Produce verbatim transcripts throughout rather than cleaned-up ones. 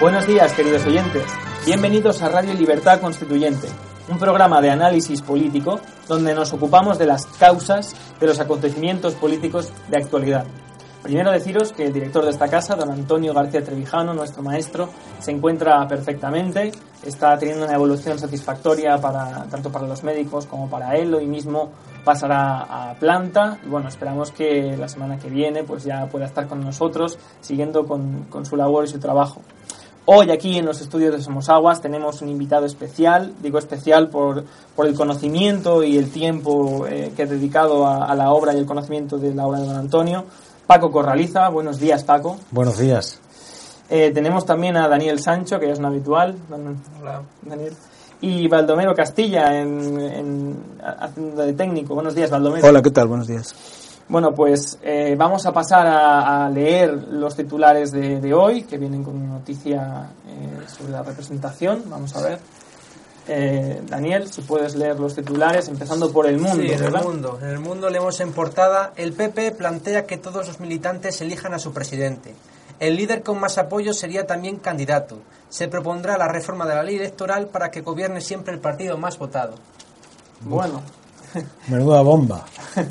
Buenos días, queridos oyentes. Bienvenidos a Radio Libertad Constituyente, un programa de análisis político donde nos ocupamos de las causas de los acontecimientos políticos de actualidad. Primero deciros que el director de esta casa, don Antonio García Trevijano, nuestro maestro, se encuentra perfectamente, está teniendo una evolución satisfactoria para tanto para los médicos como para él. Hoy mismo pasará a planta y bueno, esperamos que la semana que viene pues ya pueda estar con nosotros siguiendo con, con su labor y su trabajo. Hoy aquí en los estudios de Somos Aguas tenemos un invitado especial, digo especial por, por el conocimiento y el tiempo eh, que ha dedicado a, a la obra y el conocimiento de la obra de don Antonio. Paco Corraliza. Buenos días, Paco. Buenos días. Eh, tenemos también a Daniel Sancho, que ya es un habitual. Hola, Daniel. Y Baldomero Castilla, en, en, haciendo de técnico. Buenos días, Baldomero. Hola, ¿qué tal? Buenos días. Bueno, pues eh, vamos a pasar a, a leer los titulares de, de hoy, que vienen con una noticia eh, sobre la representación. Vamos a ver. Eh, Daniel, si puedes leer los titulares, empezando por El Mundo. Sí, en ¿verdad? El Mundo. En El Mundo leemos en portada: el P P plantea que todos los militantes elijan a su presidente. El líder con más apoyo sería también candidato. Se propondrá la reforma de la ley electoral para que gobierne siempre el partido más votado. Bueno. Menuda bomba.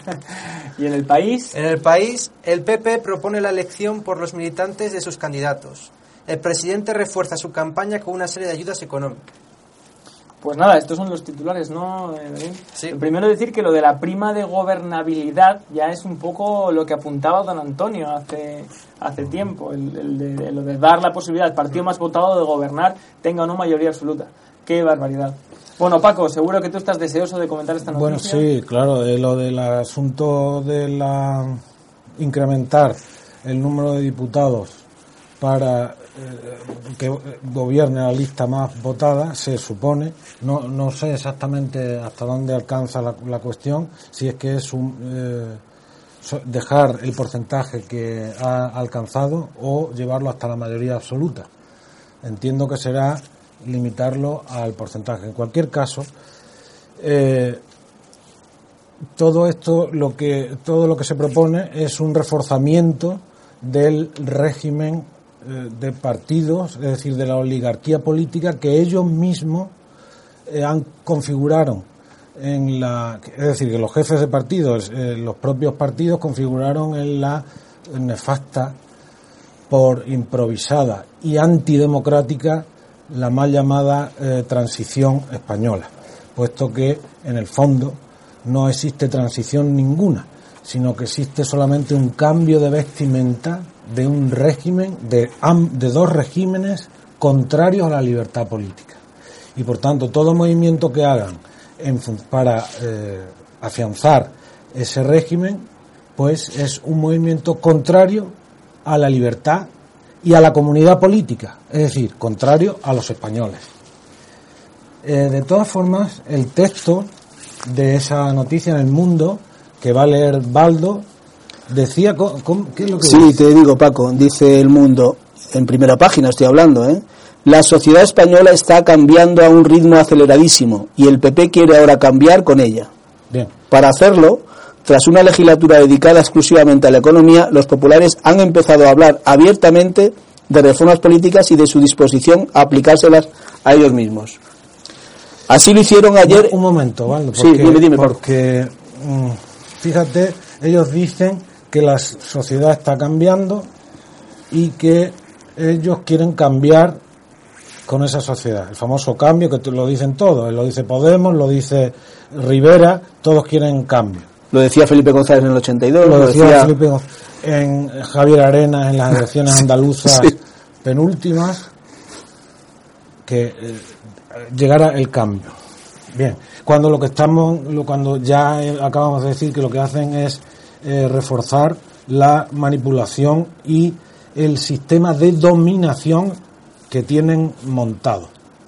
¿Y en El País? En El País, el P P propone la elección por los militantes de sus candidatos. El presidente refuerza su campaña con una serie de ayudas económicas. Pues nada, estos son los titulares, ¿no, Daniel? Sí. El primero, decir que lo de la prima de gobernabilidad ya es un poco lo que apuntaba don Antonio hace hace tiempo, el, el de, el, lo de dar la posibilidad al partido más votado de gobernar, tenga o no mayoría absoluta. ¡Qué barbaridad! Bueno, Paco, seguro que tú estás deseoso de comentar esta noticia. Bueno, sí, claro, eh, lo del asunto de la incrementar el número de diputados para eh, que gobierne la lista más votada, se supone, no no sé exactamente hasta dónde alcanza la, la cuestión, si es que es un eh, dejar el porcentaje que ha alcanzado o llevarlo hasta la mayoría absoluta. Entiendo que será limitarlo al porcentaje. En cualquier caso, eh, todo esto, lo que todo lo que se propone es un reforzamiento del régimen eh, de partidos, es decir, de la oligarquía política que ellos mismos eh, han configuraron en la, es decir, que los jefes de partidos, eh, los propios partidos configuraron en la nefasta, por improvisada y antidemocrática, la mal llamada eh, transición española, puesto que en el fondo no existe transición ninguna, sino que existe solamente un cambio de vestimenta de un régimen, de, de dos regímenes contrarios a la libertad política. Y por tanto, todo movimiento que hagan en, para eh, afianzar ese régimen, pues es un movimiento contrario a la libertad y a la comunidad política, es decir, contrario a los españoles. Eh, de todas formas, el texto de esa noticia en El Mundo, que va a leer Baldo, decía, ¿cómo, ¿qué es lo que Sí, dice? te digo, Paco, dice El Mundo, en primera página estoy hablando, ¿eh? La sociedad española está cambiando a un ritmo aceleradísimo y el P P quiere ahora cambiar con ella. Bien. Para hacerlo, tras una legislatura dedicada exclusivamente a la economía, los populares han empezado a hablar abiertamente de reformas políticas y de su disposición a aplicárselas a ellos mismos. Así lo hicieron ayer. Un momento, ¿vale? Porque, sí, dime, dime. Porque, fíjate, ellos dicen que la sociedad está cambiando y que ellos quieren cambiar con esa sociedad. El famoso cambio, que lo dicen todos, lo dice Podemos, lo dice Rivera, todos quieren cambio. Lo decía Felipe González en el ochenta y dos. Lo, lo decía, decía Felipe González en Javier Arenas en las elecciones andaluzas sí. penúltimas, que eh, llegara el cambio. Bien, cuando lo que estamos, cuando ya eh, acabamos de decir que lo que hacen es eh, reforzar la manipulación y el sistema de dominación que tienen montado.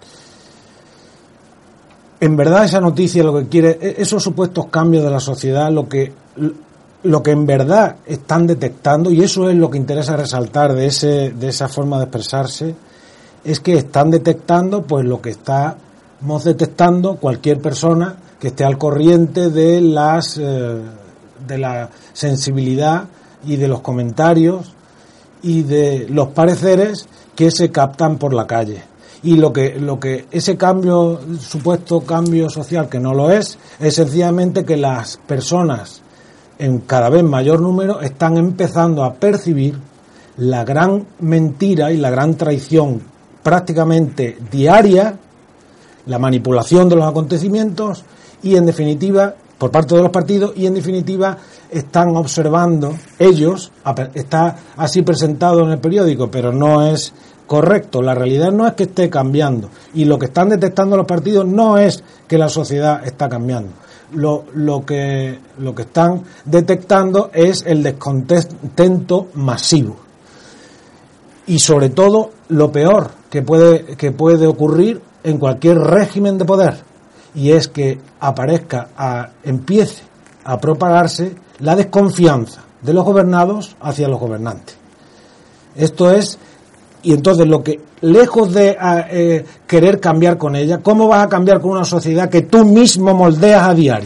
En verdad, esa noticia lo que quiere, esos supuestos cambios de la sociedad, lo que lo que en verdad están detectando, y eso es lo que interesa resaltar de ese de esa forma de expresarse, es que están detectando pues lo que estamos detectando cualquier persona que esté al corriente de las eh, de la sensibilidad y de los comentarios y de los pareceres que se captan por la calle. Y lo que, lo que ese cambio, supuesto cambio social, que no lo es, es sencillamente que las personas en cada vez mayor número están empezando a percibir la gran mentira y la gran traición prácticamente diaria, la manipulación de los acontecimientos y, en definitiva, por parte de los partidos, y en definitiva están observando ellos, está así presentado en el periódico, pero no es correcto. La realidad no es que esté cambiando, y lo que están detectando los partidos no es que la sociedad está cambiando. Lo, lo que lo que están detectando es el descontento masivo, y sobre todo lo peor que puede que puede ocurrir en cualquier régimen de poder, y es que aparezca a, empiece a propagarse la desconfianza de los gobernados hacia los gobernantes. Esto es, y entonces lo que, lejos de eh, querer cambiar con ella, ¿cómo vas a cambiar con una sociedad que tú mismo moldeas a diario?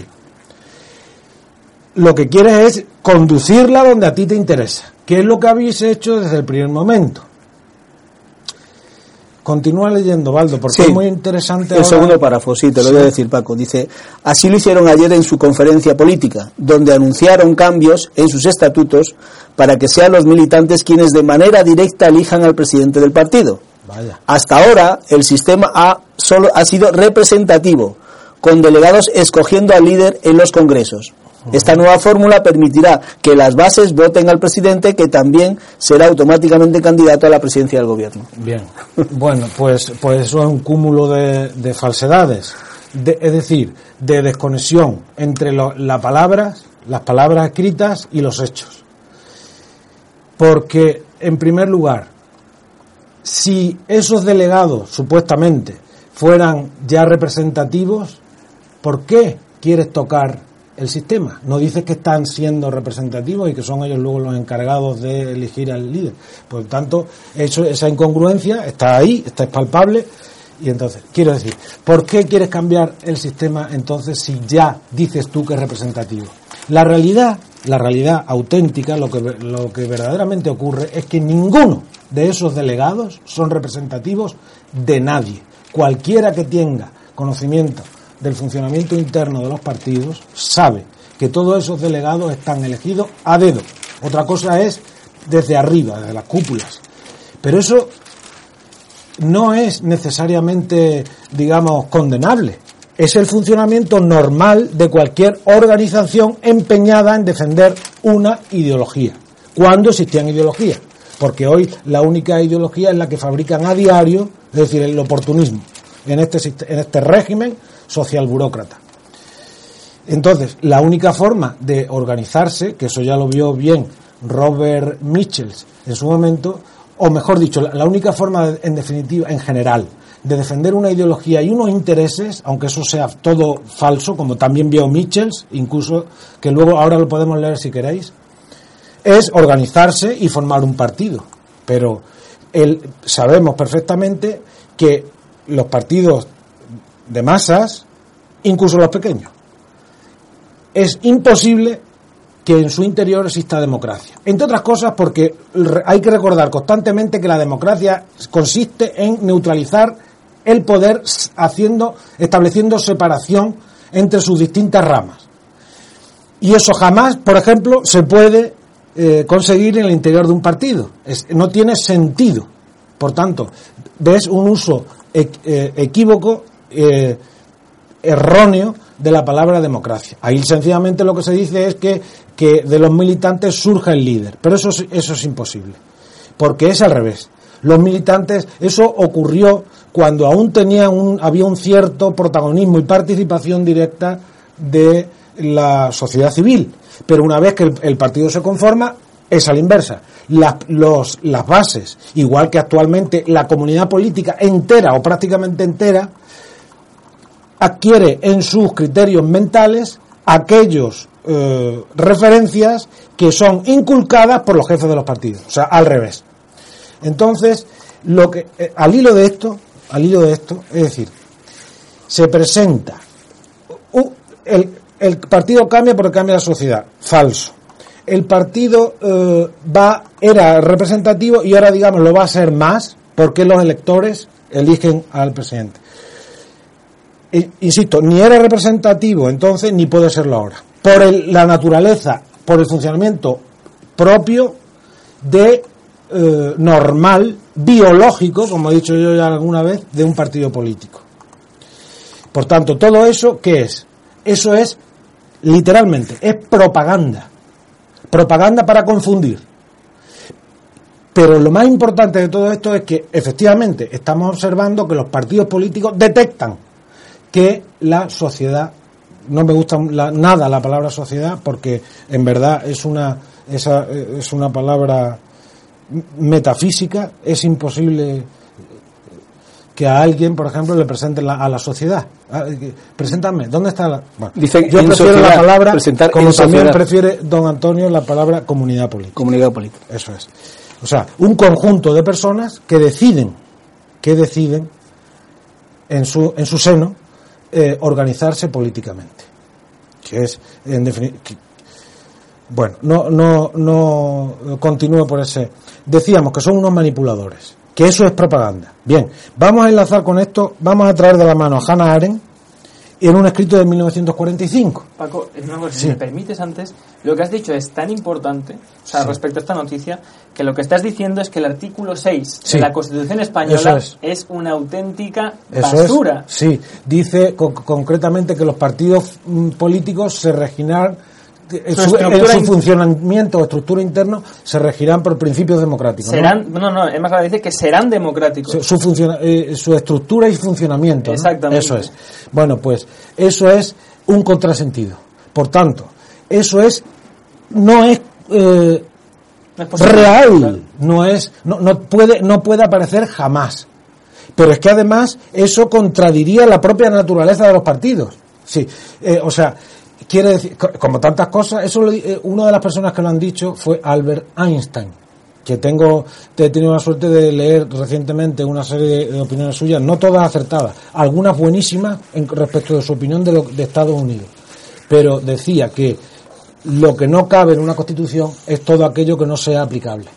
Lo que quieres es conducirla donde a ti te interesa, que es lo que habéis hecho desde el primer momento. Continúa leyendo, Baldo, porque sí, es muy interesante. El ahora... segundo párrafo, sí, te lo sí. voy a decir, Paco. Dice, así lo hicieron ayer en su conferencia política, donde anunciaron cambios en sus estatutos para que sean los militantes quienes de manera directa elijan al presidente del partido. Vaya. Hasta ahora, el sistema ha, solo, ha sido representativo, con delegados escogiendo al líder en los congresos. Esta nueva fórmula permitirá que las bases voten al presidente, que también será automáticamente candidato a la presidencia del gobierno. Bien, bueno, pues pues eso es un cúmulo de, de falsedades, de, es decir, de desconexión entre lo, las palabras, las palabras escritas y los hechos. Porque, en primer lugar, si esos delegados, supuestamente, fueran ya representativos, ¿por qué quieres tocar el sistema? No dices que están siendo representativos y que son ellos luego los encargados de elegir al líder. Por lo tanto, eso, esa incongruencia está ahí, está es palpable. Y entonces, quiero decir, ¿por qué quieres cambiar el sistema entonces si ya dices tú que es representativo? La realidad, la realidad auténtica, lo que, lo que verdaderamente ocurre es que ninguno de esos delegados son representativos de nadie. Cualquiera que tenga conocimiento del funcionamiento interno de los partidos sabe que todos esos delegados están elegidos a dedo. Otra cosa es desde arriba, desde las cúpulas. Pero eso no es necesariamente, digamos, condenable. Es el funcionamiento normal de cualquier organización empeñada en defender una ideología, cuando existían ideologías. Porque hoy la única ideología es la que fabrican a diario, es decir, el oportunismo, en este, en este régimen social burócrata. Entonces, la única forma de organizarse, que eso ya lo vio bien Robert Michels en su momento, o mejor dicho, la, la única forma, de, en definitiva, en general, de defender una ideología y unos intereses, aunque eso sea todo falso, como también vio Michels, incluso, que luego ahora lo podemos leer si queréis, es organizarse y formar un partido. Pero el, sabemos perfectamente que los partidos de masas, incluso los pequeños, es imposible que en su interior exista democracia. Entre otras cosas porque hay que recordar constantemente que la democracia consiste en neutralizar el poder, haciendo, estableciendo separación entre sus distintas ramas. Y eso jamás, por ejemplo, se puede eh, conseguir en el interior de un partido. Es, no tiene sentido. Por tanto, ves un uso e, eh, equívoco, eh, erróneo de la palabra democracia. Ahí sencillamente lo que se dice es que, que de los militantes surja el líder, pero eso, eso es imposible, porque es al revés. Los militantes, eso ocurrió cuando aún tenían un, había un cierto protagonismo y participación directa de la sociedad civil, pero una vez que el, el partido se conforma, es a la inversa. Las, los, las bases, igual que actualmente la comunidad política entera o prácticamente entera, adquiere en sus criterios mentales aquellos eh, referencias que son inculcadas por los jefes de los partidos, o sea, al revés. Entonces, lo que eh, al hilo de esto, al hilo de esto, es decir, se presenta uh, el, el partido cambia porque cambia la sociedad, falso. El partido eh, va era representativo y ahora, digamos, lo va a ser más, por qué los electores eligen al presidente. E, insisto, ni era representativo entonces ni puede serlo ahora, por el, la naturaleza, por el funcionamiento propio de eh, normal, biológico, como he dicho yo ya alguna vez, de un partido político. Por tanto, todo eso, ¿qué es? Eso es, literalmente, es propaganda. Propaganda para confundir. Pero lo más importante de todo esto es que, efectivamente, estamos observando que los partidos políticos detectan que la sociedad, no me gusta la, nada la palabra sociedad, porque en verdad es una, esa, es una palabra metafísica, es imposible que a alguien, por ejemplo, le presenten la, a la sociedad. Preséntame, ¿dónde está la...? Bueno, Dicen yo prefiero sociedad, la palabra, como también sociedad. Prefiere don Antonio la palabra comunidad política. Comunidad política. Eso es. O sea, un conjunto de personas que deciden, que deciden en su, en su seno eh, organizarse políticamente. Que es, en definitiva... Bueno, no, no, no continúo por ese... Decíamos que son unos manipuladores, que eso es propaganda. Bien, vamos a enlazar con esto, vamos a traer de la mano a Hannah Arendt en un escrito de mil novecientos cuarenta y cinco. Paco, no, si sí. me permites antes, lo que has dicho es tan importante, o sea, sí. respecto a esta noticia, que lo que estás diciendo es que el artículo seis sí. de la Constitución Española es. es una auténtica Eso basura. Es, sí, dice co- concretamente que los partidos mm, políticos se regirán en su, en su funcionamiento o estructura interno se regirán por principios democráticos. Serán, no, no, no, es más grave, dice que serán democráticos. Su, su, funciona, eh, su estructura y funcionamiento. Exactamente. ¿no? Eso es. Bueno, pues eso es un contrasentido. Por tanto, eso es no es, eh, no es posible, real, claro. no es, no, no puede, no puede aparecer jamás. Pero es que además eso contradiría la propia naturaleza de los partidos. Sí, eh, o sea. Quiere decir, como tantas cosas, eso lo, eh, una de las personas que lo han dicho fue Albert Einstein, que tengo he tenido la suerte de leer recientemente una serie de, de opiniones suyas, no todas acertadas, algunas buenísimas en respecto de su opinión de, lo, de Estados Unidos, pero decía que lo que no cabe en una constitución es todo aquello que no sea aplicable.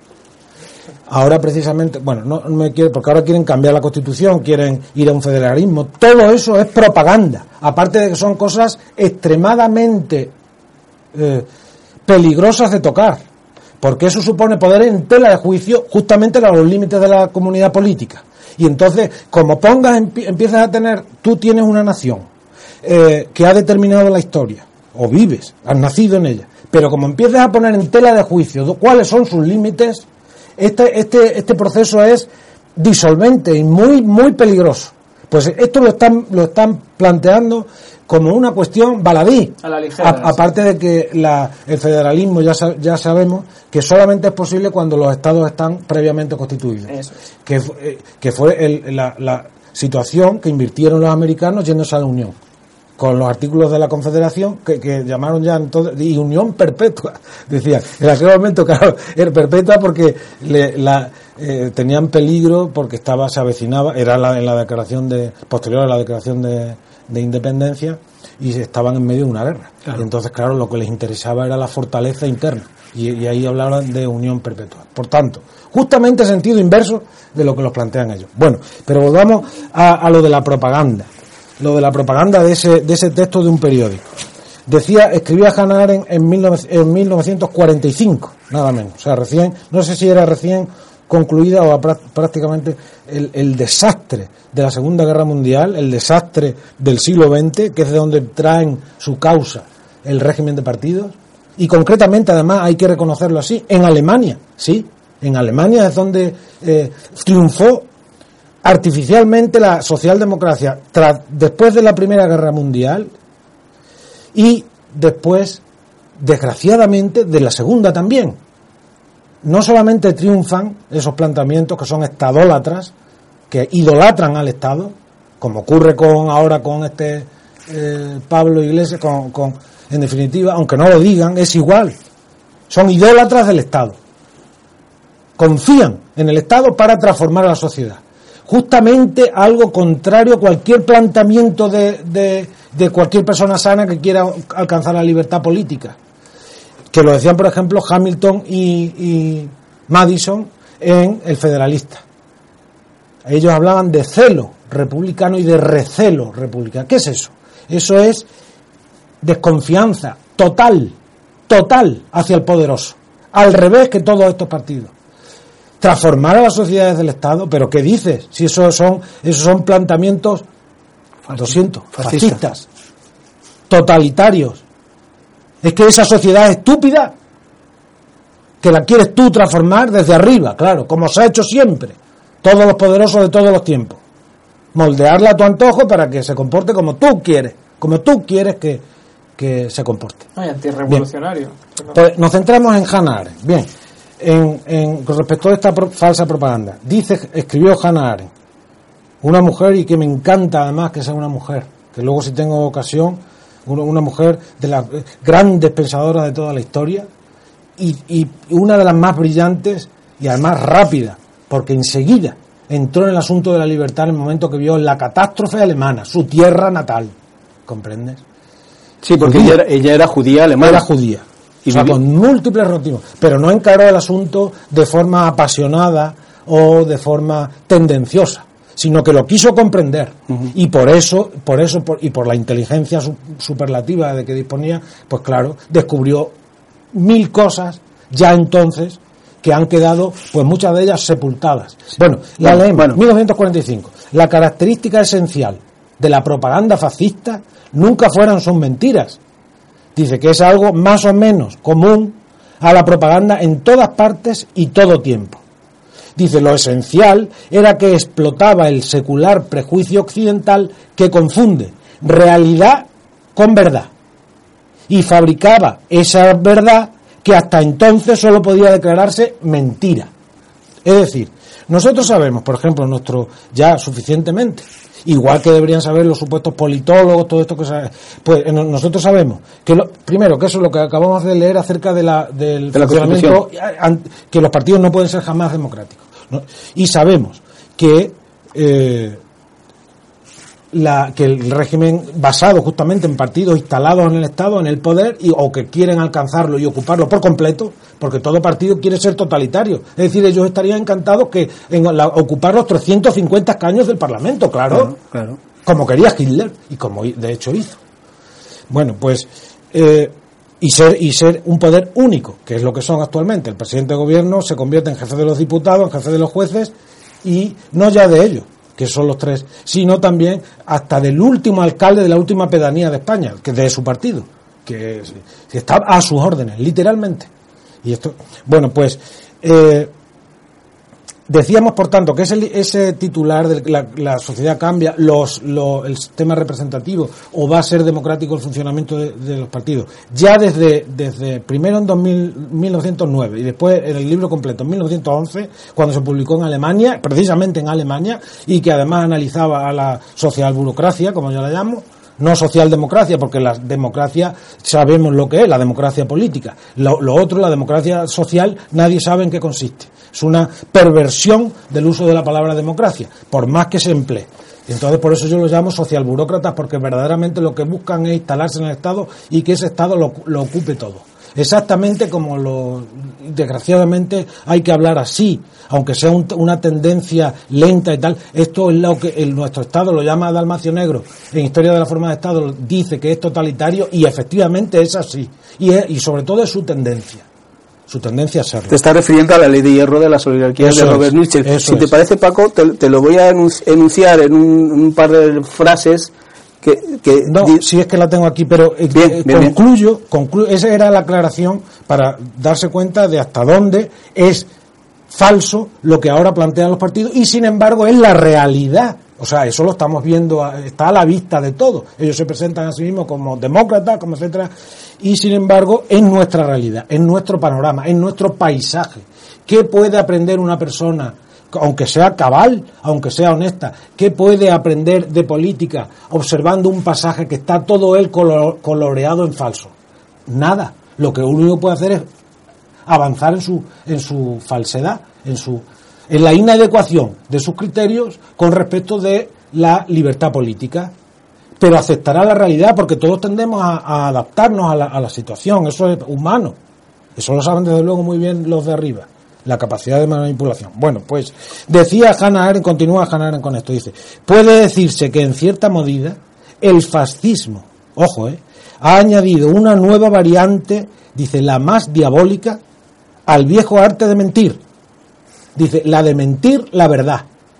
Ahora precisamente, bueno, no me quiere, porque ahora quieren cambiar la Constitución, quieren ir a un federalismo, todo eso es propaganda, aparte de que son cosas extremadamente eh, peligrosas de tocar, porque eso supone poner en tela de juicio justamente los límites de la comunidad política. Y entonces, como pongas, empiezas a tener, tú tienes una nación eh, que ha determinado la historia, o vives, has nacido en ella, pero como empiezas a poner en tela de juicio cuáles son sus límites, Este, este, este proceso es disolvente y muy, muy peligroso. Pues esto lo están, lo están planteando como una cuestión baladí. A la ligera. A, aparte de que la, el federalismo ya, ya sabemos que solamente es posible cuando los estados están previamente constituidos. Eso es. Que, eh, que fue el, la, la situación que invirtieron los americanos yéndose a la Unión. Con los artículos de la Confederación que, que llamaron ya entonces y unión perpetua, decían en aquel momento, claro, era perpetua porque le, la, eh, tenían peligro porque estaba se avecinaba, era la, en la declaración de posterior a la declaración de, de independencia y estaban en medio de una guerra. Claro. Y entonces, claro, lo que les interesaba era la fortaleza interna y, y ahí hablaban de unión perpetua. Por tanto, justamente sentido inverso de lo que los plantean ellos. Bueno, pero volvamos a, a lo de la propaganda. Lo de la propaganda de ese de ese texto de un periódico. Decía, escribía Hannah Arendt en, en mil novecientos cuarenta y cinco, nada menos. O sea, recién, no sé si era recién concluida o prácticamente el, el desastre de la Segunda Guerra Mundial, el desastre del siglo veinte, que es de donde traen su causa el régimen de partidos. Y concretamente, además, hay que reconocerlo así, en Alemania, sí, en Alemania es donde eh, triunfó artificialmente la socialdemocracia tras, después de la Primera Guerra Mundial y después, desgraciadamente, de la Segunda también. No solamente triunfan esos planteamientos que son estadólatras, que idolatran al Estado, como ocurre con ahora con este eh, Pablo Iglesias, con, con, en definitiva, aunque no lo digan, es igual. Son idólatras del Estado. Confían en el Estado para transformar a la sociedad. Justamente algo contrario a cualquier planteamiento de, de, de cualquier persona sana que quiera alcanzar la libertad política. Que lo decían, por ejemplo, Hamilton y, y Madison en El Federalista. Ellos hablaban de celo republicano y de recelo republicano. ¿Qué es eso? Eso es desconfianza total, total hacia el poderoso. Al revés que todos estos partidos. Transformar a las sociedades del Estado, ¿pero qué dices? Si esos son, esos son planteamientos, lo siento, fascistas, totalitarios. Es que esa sociedad estúpida, que la quieres tú transformar desde arriba, claro, como se ha hecho siempre, todos los poderosos de todos los tiempos. Moldearla a tu antojo para que se comporte como tú quieres, como tú quieres que, que se comporte. Ay, antirrevolucionario. Pues nos centramos en Hannah Arendt. Bien, en, en, con respecto a esta pro, falsa propaganda, dice, escribió Hannah Arendt, una mujer, y que me encanta además que sea una mujer, que luego si tengo ocasión, una, una mujer de las grandes pensadoras de toda la historia, y, y una de las más brillantes y además rápida, porque enseguida entró en el asunto de la libertad en el momento que vio la catástrofe alemana, su tierra natal, ¿comprendes? Sí, porque ella era, ella era judía alemana. Era judía, y o sea, con múltiples motivos, pero no encaró el asunto de forma apasionada o de forma tendenciosa, sino que lo quiso comprender, uh-huh. y por eso, por eso por, y por la inteligencia su, superlativa de que disponía, pues claro, descubrió mil cosas ya entonces que han quedado, pues muchas de ellas sepultadas. Sí. Bueno, la bueno, leemos, bueno. mil novecientos cuarenta y cinco. La característica esencial de la propaganda fascista nunca fueron sus mentiras. Dice que es algo más o menos común a la propaganda en todas partes y todo tiempo. Dice, lo esencial era que explotaba el secular prejuicio occidental que confunde realidad con verdad y fabricaba esa verdad que hasta entonces solo podía declararse mentira. Es decir, nosotros sabemos, por ejemplo, nuestro ya suficientemente, igual que deberían saber los supuestos politólogos, todo esto que sabe, pues nosotros sabemos que lo, primero que eso es lo que acabamos de leer acerca de la del de funcionamiento, la que los partidos no pueden ser jamás democráticos, ¿no? Y sabemos que eh, La, que el régimen basado justamente en partidos instalados en el Estado, en el poder, y, o que quieren alcanzarlo y ocuparlo por completo, porque todo partido quiere ser totalitario. Es decir, ellos estarían encantados que en la, ocupar los trescientos cincuenta escaños del Parlamento, claro, claro, claro, como quería Hitler, y como de hecho hizo. Bueno, pues, eh, y ser, y ser un poder único, que es lo que son actualmente. El presidente de gobierno se convierte en jefe de los diputados, en jefe de los jueces, y no ya de ellos, que son los tres, sino también hasta del último alcalde de la última pedanía de España, que de su partido, que, que está a sus órdenes, literalmente. Y esto, bueno, pues eh, decíamos, por tanto, que ese, ese titular de la, la sociedad cambia, los, los, el sistema representativo, o va a ser democrático el funcionamiento de, de los partidos, ya desde, desde primero en dos mil, mil novecientos nueve y después en el libro completo en mil novecientos once, cuando se publicó en Alemania, precisamente en Alemania, y que además analizaba a la socialburocracia, como yo la llamo, no socialdemocracia, porque la democracia sabemos lo que es, la democracia política. Lo, lo otro, la democracia social, nadie sabe en qué consiste. Es una perversión del uso de la palabra democracia, por más que se emplee. Entonces, por eso yo los llamo socialburócratas, porque verdaderamente lo que buscan es instalarse en el Estado y que ese Estado lo, lo ocupe todo. Exactamente como lo, desgraciadamente hay que hablar así, aunque sea un, una tendencia lenta y tal. Esto es lo que el, nuestro Estado lo llama Dalmacio Negro en Historia de la Forma de Estado, dice que es totalitario, y efectivamente es así, y, es, y sobre todo es su tendencia. Su tendencia a serlo. Te está refiriendo a la ley de hierro de las oligarquías de Robert Mitchell. Si te es. parece, Paco, te, te lo voy a enunciar en un, un par de frases que, que no, di- si es que la tengo aquí, pero eh, bien, bien, concluyo, bien. concluyo, esa era la aclaración para darse cuenta de hasta dónde es falso lo que ahora plantean los partidos, y sin embargo es la realidad. O sea, eso lo estamos viendo, está a la vista de todo. Ellos se presentan a sí mismos como demócratas, como etcétera, y sin embargo es nuestra realidad, es nuestro panorama, es nuestro paisaje. ¿Qué puede aprender una persona, aunque sea cabal, aunque sea honesta, qué puede aprender de política observando un pasaje que está todo él color, coloreado en falso? Nada. Lo que único puede hacer es avanzar en su, en su falsedad, en su en la inadecuación de sus criterios con respecto de la libertad política, pero aceptará la realidad, porque todos tendemos a, a adaptarnos a la, a la situación. Eso es humano, eso lo saben desde luego muy bien los de arriba, la capacidad de manipulación. Bueno, pues decía Hannah Arendt, continúa Hannah Arendt con esto, dice, puede decirse que en cierta medida el fascismo, ojo, eh, ha añadido una nueva variante, dice, la más diabólica, al viejo arte de mentir. Dice, la de mentir la verdad.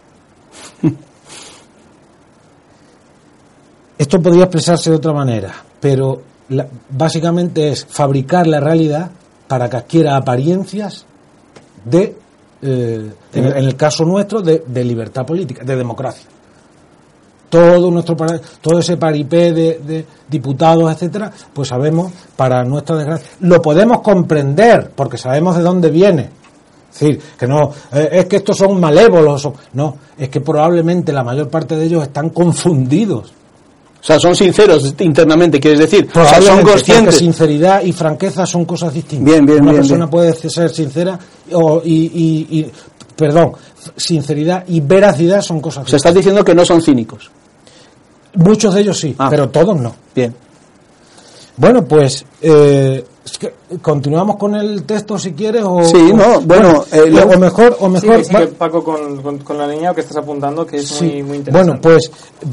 Esto podría expresarse de otra manera, pero la, básicamente es fabricar la realidad para que adquiera apariencias de, eh, en, en el caso nuestro, de, de libertad política, de democracia. Todo nuestro todo ese paripé de, de diputados, etcétera, pues sabemos, para nuestra desgracia, lo podemos comprender porque sabemos de dónde viene. Es decir, que no, eh, es que estos son malévolos, son, no, es que probablemente la mayor parte de ellos están confundidos. O sea, son sinceros internamente, quieres decir. O sea, son conscientes. Porque sinceridad y franqueza son cosas distintas. Bien, bien, Una bien, persona bien. puede ser sincera o, y, y, y, perdón, sinceridad y veracidad son cosas distintas. O sea, estás diciendo que no son cínicos. Muchos de ellos sí, ah, pero todos no. Bien. Bueno, pues eh, es que continuamos con el texto si quieres o sí, o, no, bueno, bueno eh, o mejor o mejor sí, sí, que Paco con, con, con la línea que estás apuntando que es sí, muy, muy interesante. Bueno, pues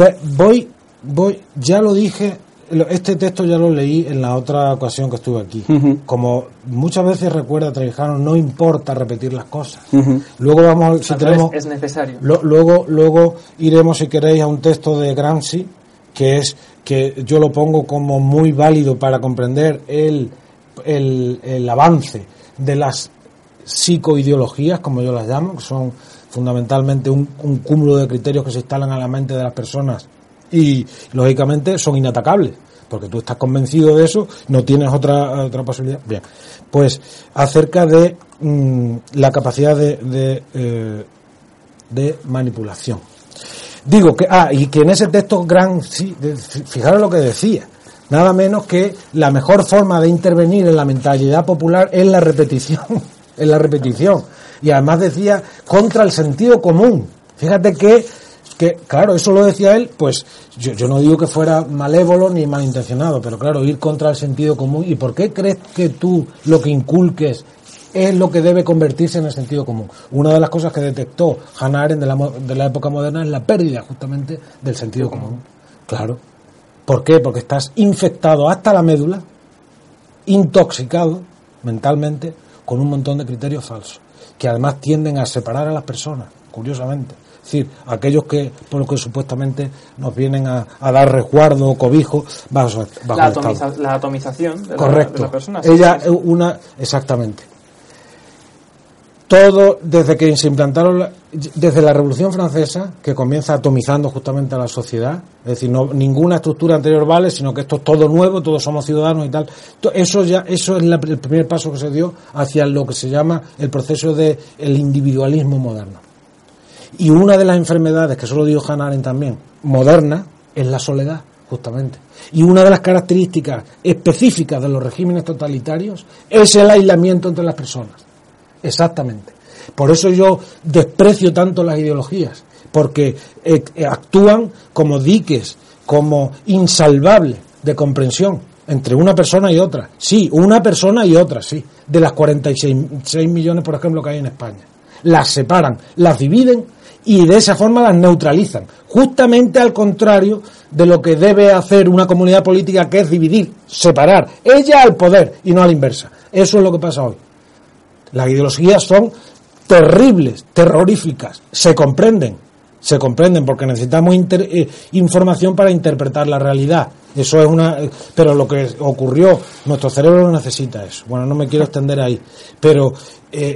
voy voy ya lo dije, este texto ya lo leí en la otra ocasión que estuve aquí. Uh-huh. Como muchas veces recuerda Trevijano, no importa repetir las cosas. Uh-huh. Luego vamos, si tenemos, es necesario. Lo, luego, luego iremos, si queréis, a un texto de Gramsci, que es que yo lo pongo como muy válido para comprender el, el, el avance de las psicoideologías, como yo las llamo, que son fundamentalmente un, un cúmulo de criterios que se instalan a la mente de las personas y lógicamente son inatacables, porque tú estás convencido de eso, no tienes otra otra posibilidad. Bien, pues acerca de mmm, la capacidad de de, eh, de manipulación. Digo que ah y que en ese texto gran sí, de, fijaros lo que decía, nada menos que la mejor forma de intervenir en la mentalidad popular es la repetición, es la repetición. Y además decía contra el sentido común. Fíjate que que claro, eso lo decía él, pues yo, yo no digo que fuera malévolo ni malintencionado, pero claro, ir contra el sentido común. ¿Y por qué crees que tú lo que inculques es lo que debe convertirse en el sentido común? Una de las cosas que detectó Hannah Arendt de la, de la época moderna es la pérdida justamente del sentido común. Claro. ¿Por qué? Porque estás infectado hasta la médula, intoxicado mentalmente con un montón de criterios falsos, que además tienden a separar a las personas, curiosamente. Es decir, aquellos que por lo que supuestamente nos vienen a, a dar resguardo o cobijo bajo, bajo la, el atomiza, Estado. La atomización de, correcto. La, de la persona. Ella, sí, sí. una, exactamente. Todo, desde que se implantaron, la, desde la Revolución Francesa, que comienza atomizando justamente a la sociedad, es decir, no ninguna estructura anterior vale, sino que esto es todo nuevo, todos somos ciudadanos y tal. Eso ya, eso es la, el primer paso que se dio hacia lo que se llama el proceso de el individualismo moderno. Y una de las enfermedades, que eso lo dijo Hannah Arendt también, moderna, es la soledad, justamente. Y una de las características específicas de los regímenes totalitarios es el aislamiento entre las personas. Exactamente. Por eso yo desprecio tanto las ideologías, porque eh, actúan como diques, como insalvables de comprensión entre una persona y otra. Sí, una persona y otra, sí. De las cuarenta y seis millones, por ejemplo, que hay en España. Las separan, las dividen y de esa forma las neutralizan, justamente al contrario de lo que debe hacer una comunidad política, que es dividir, separar, ella al poder y no a la inversa. Eso es lo que pasa hoy. Las ideologías son terribles, terroríficas, se comprenden, se comprenden porque necesitamos inter, eh, información para interpretar la realidad. Eso es una, eh, pero lo que ocurrió, nuestro cerebro no necesita eso. Bueno, no me quiero extender ahí, pero eh,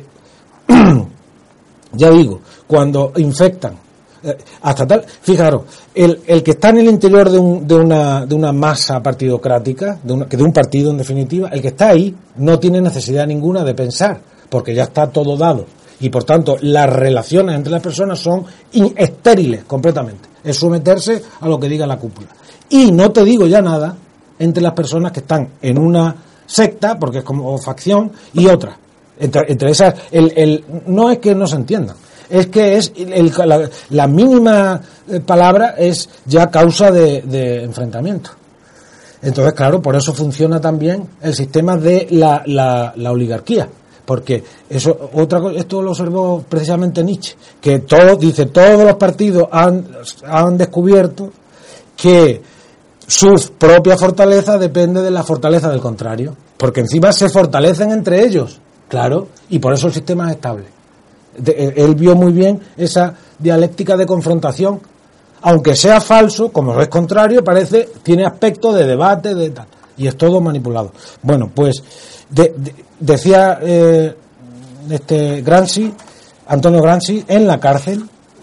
ya digo, cuando infectan, eh, hasta tal, fijaros, el, el que está en el interior de, un, de, una, de una masa partidocrática, de, una, de un partido en definitiva, el que está ahí no tiene necesidad ninguna de pensar, porque ya está todo dado. Y por tanto, las relaciones entre las personas son in, estériles completamente. Es someterse a lo que diga la cúpula. Y no te digo ya nada entre las personas que están en una secta, porque es como facción, y otra. Entre, entre esas, el, el, no es que no se entiendan, es que es el, la, la mínima palabra es ya causa de, de enfrentamiento. Entonces, claro, por eso funciona también el sistema de la, la, la oligarquía, porque eso otra cosa, esto lo observó precisamente Nietzsche, que todo, dice, todos los partidos han, han descubierto que su propia fortaleza depende de la fortaleza del contrario, porque encima se fortalecen entre ellos, claro, y por eso el sistema es estable. De, él vio muy bien esa dialéctica de confrontación, aunque sea falso, como es contrario, parece, tiene aspecto de debate, de tal, y es todo manipulado. Bueno, pues de, de, decía eh, este Gramsci, Antonio Gramsci, en la cárcel,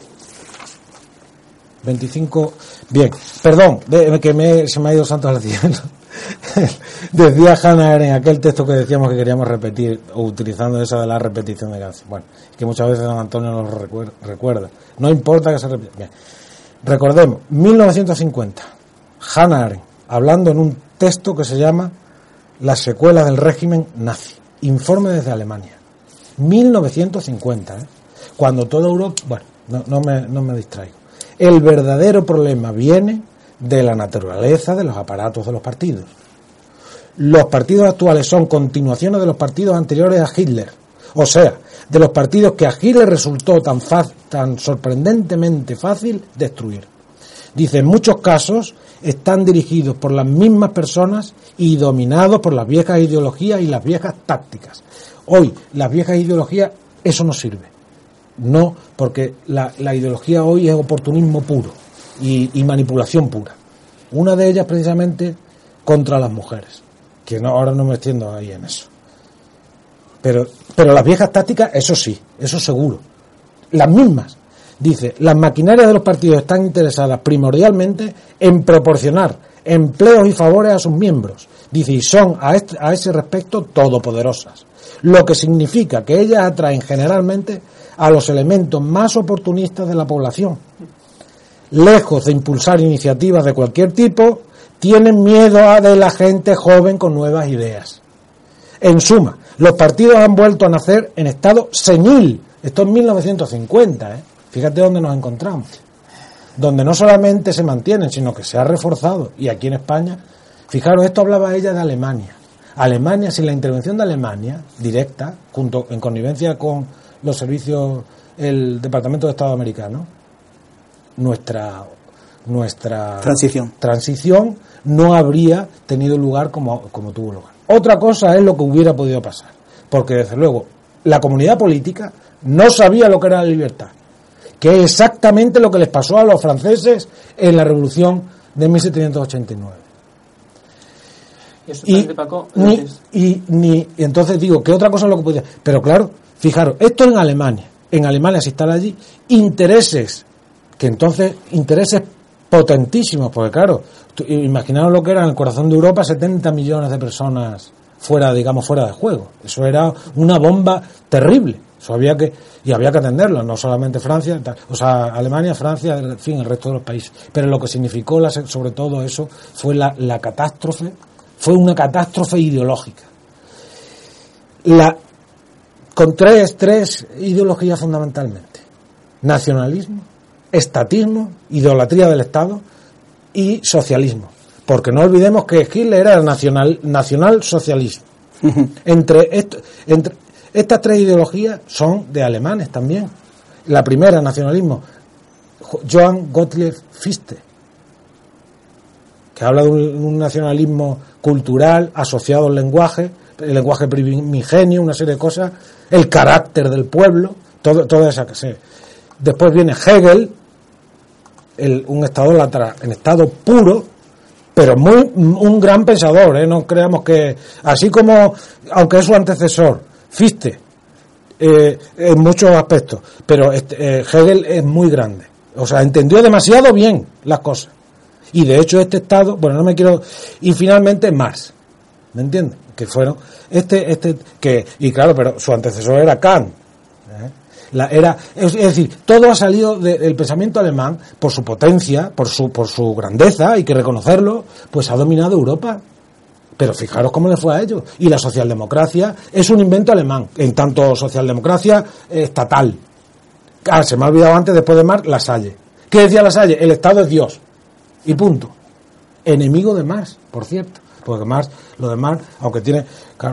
veinticinco, bien, perdón, de, que me, se me ha ido santo al cielo. Decía Hannah Arendt, aquel texto que decíamos que queríamos repetir, utilizando esa de la repetición de Gramsci. Bueno, que muchas veces don Antonio nos lo recuerda, recuerda. No importa que se repita. Bien. Recordemos, mil novecientos cincuenta, Hannah Arendt, hablando en un texto que se llama Las secuelas del régimen nazi, informe desde Alemania, mil novecientos cincuenta, ¿eh? Cuando toda Europa, bueno, no, no, me, no me distraigo. El verdadero problema viene de la naturaleza de los aparatos de los partidos. Los partidos actuales son continuaciones de los partidos anteriores a Hitler, o sea, de los partidos que a Hitler resultó tan, fa- tan sorprendentemente fácil destruir. Dice, en muchos casos están dirigidos por las mismas personas y dominados por las viejas ideologías y las viejas tácticas. Hoy, las viejas ideologías, eso no sirve. No, porque la, la ideología hoy es oportunismo puro y, y manipulación pura. Una de ellas precisamente contra las mujeres, que no, ahora no me extiendo ahí en eso. Pero, pero las viejas tácticas, eso sí, eso seguro. Las mismas. Dice, las maquinarias de los partidos están interesadas primordialmente en proporcionar empleos y favores a sus miembros. Dice, y son a, este, a ese respecto todopoderosas. Lo que significa que ellas atraen generalmente a los elementos más oportunistas de la población. Lejos de impulsar iniciativas de cualquier tipo, tienen miedo a de la gente joven con nuevas ideas. En suma, los partidos han vuelto a nacer en estado senil. Esto es mil novecientos cincuenta, ¿eh? Fíjate dónde nos encontramos. Donde no solamente se mantienen, sino que se ha reforzado. Y aquí en España, fijaros, esto hablaba ella de Alemania. Alemania, sin la intervención de Alemania, directa, junto en connivencia con los servicios, el Departamento de Estado americano, nuestra nuestra transición transición no habría tenido lugar como, como tuvo lugar. Otra cosa es lo que hubiera podido pasar, porque desde luego la comunidad política no sabía lo que era la libertad, que es exactamente lo que les pasó a los franceses en la Revolución de mil setecientos ochenta y nueve. Eso Y, Paco, ni, y ni y entonces digo que otra cosa es lo que podía, pero claro, fijaros, esto en Alemania, en Alemania se instala allí intereses, que entonces intereses potentísimos, porque claro, imaginaos lo que era en el corazón de Europa, setenta millones de personas fuera, digamos, fuera de juego. Eso era una bomba terrible. Eso había que, y había que atenderlo, no solamente Francia, o sea, Alemania, Francia, en fin, el resto de los países. Pero lo que significó, la, sobre todo eso, fue la, la catástrofe, fue una catástrofe ideológica. La, con tres, tres ideologías fundamentalmente: nacionalismo, estatismo, idolatría del Estado y socialismo. Porque no olvidemos que Hitler era el nacional, nacional socialismo. entre, esto, entre estas tres ideologías son de alemanes también. La primera, nacionalismo, Johann Gottlieb Fichte, que habla de un, un nacionalismo cultural asociado al lenguaje, el lenguaje primigenio, una serie de cosas, el carácter del pueblo, todo, toda esa que se. Después viene Hegel, el, un estadólatra en estado puro, pero muy un gran pensador, ¿eh? No creamos que, así como, aunque es su antecesor, Fichte, eh, en muchos aspectos, pero este, eh, Hegel es muy grande, o sea, entendió demasiado bien las cosas, y de hecho este estado, bueno, no me quiero, y finalmente Marx, ¿me entiendes? Que fueron, este, este, que, y claro, pero su antecesor era Kant, ¿eh? La, era, es, es decir, todo ha salido de, del pensamiento alemán por su potencia, por su, por su grandeza, hay que reconocerlo, pues ha dominado Europa. Pero fijaros cómo le fue a ellos. Y la socialdemocracia es un invento alemán, en tanto socialdemocracia eh, estatal. Ah, se me ha olvidado antes, después de Marx, Lasalle. ¿Qué decía Lasalle? El Estado es Dios. Y punto. Enemigo de Marx, por cierto. Porque Marx, lo de Marx, aunque tiene, claro,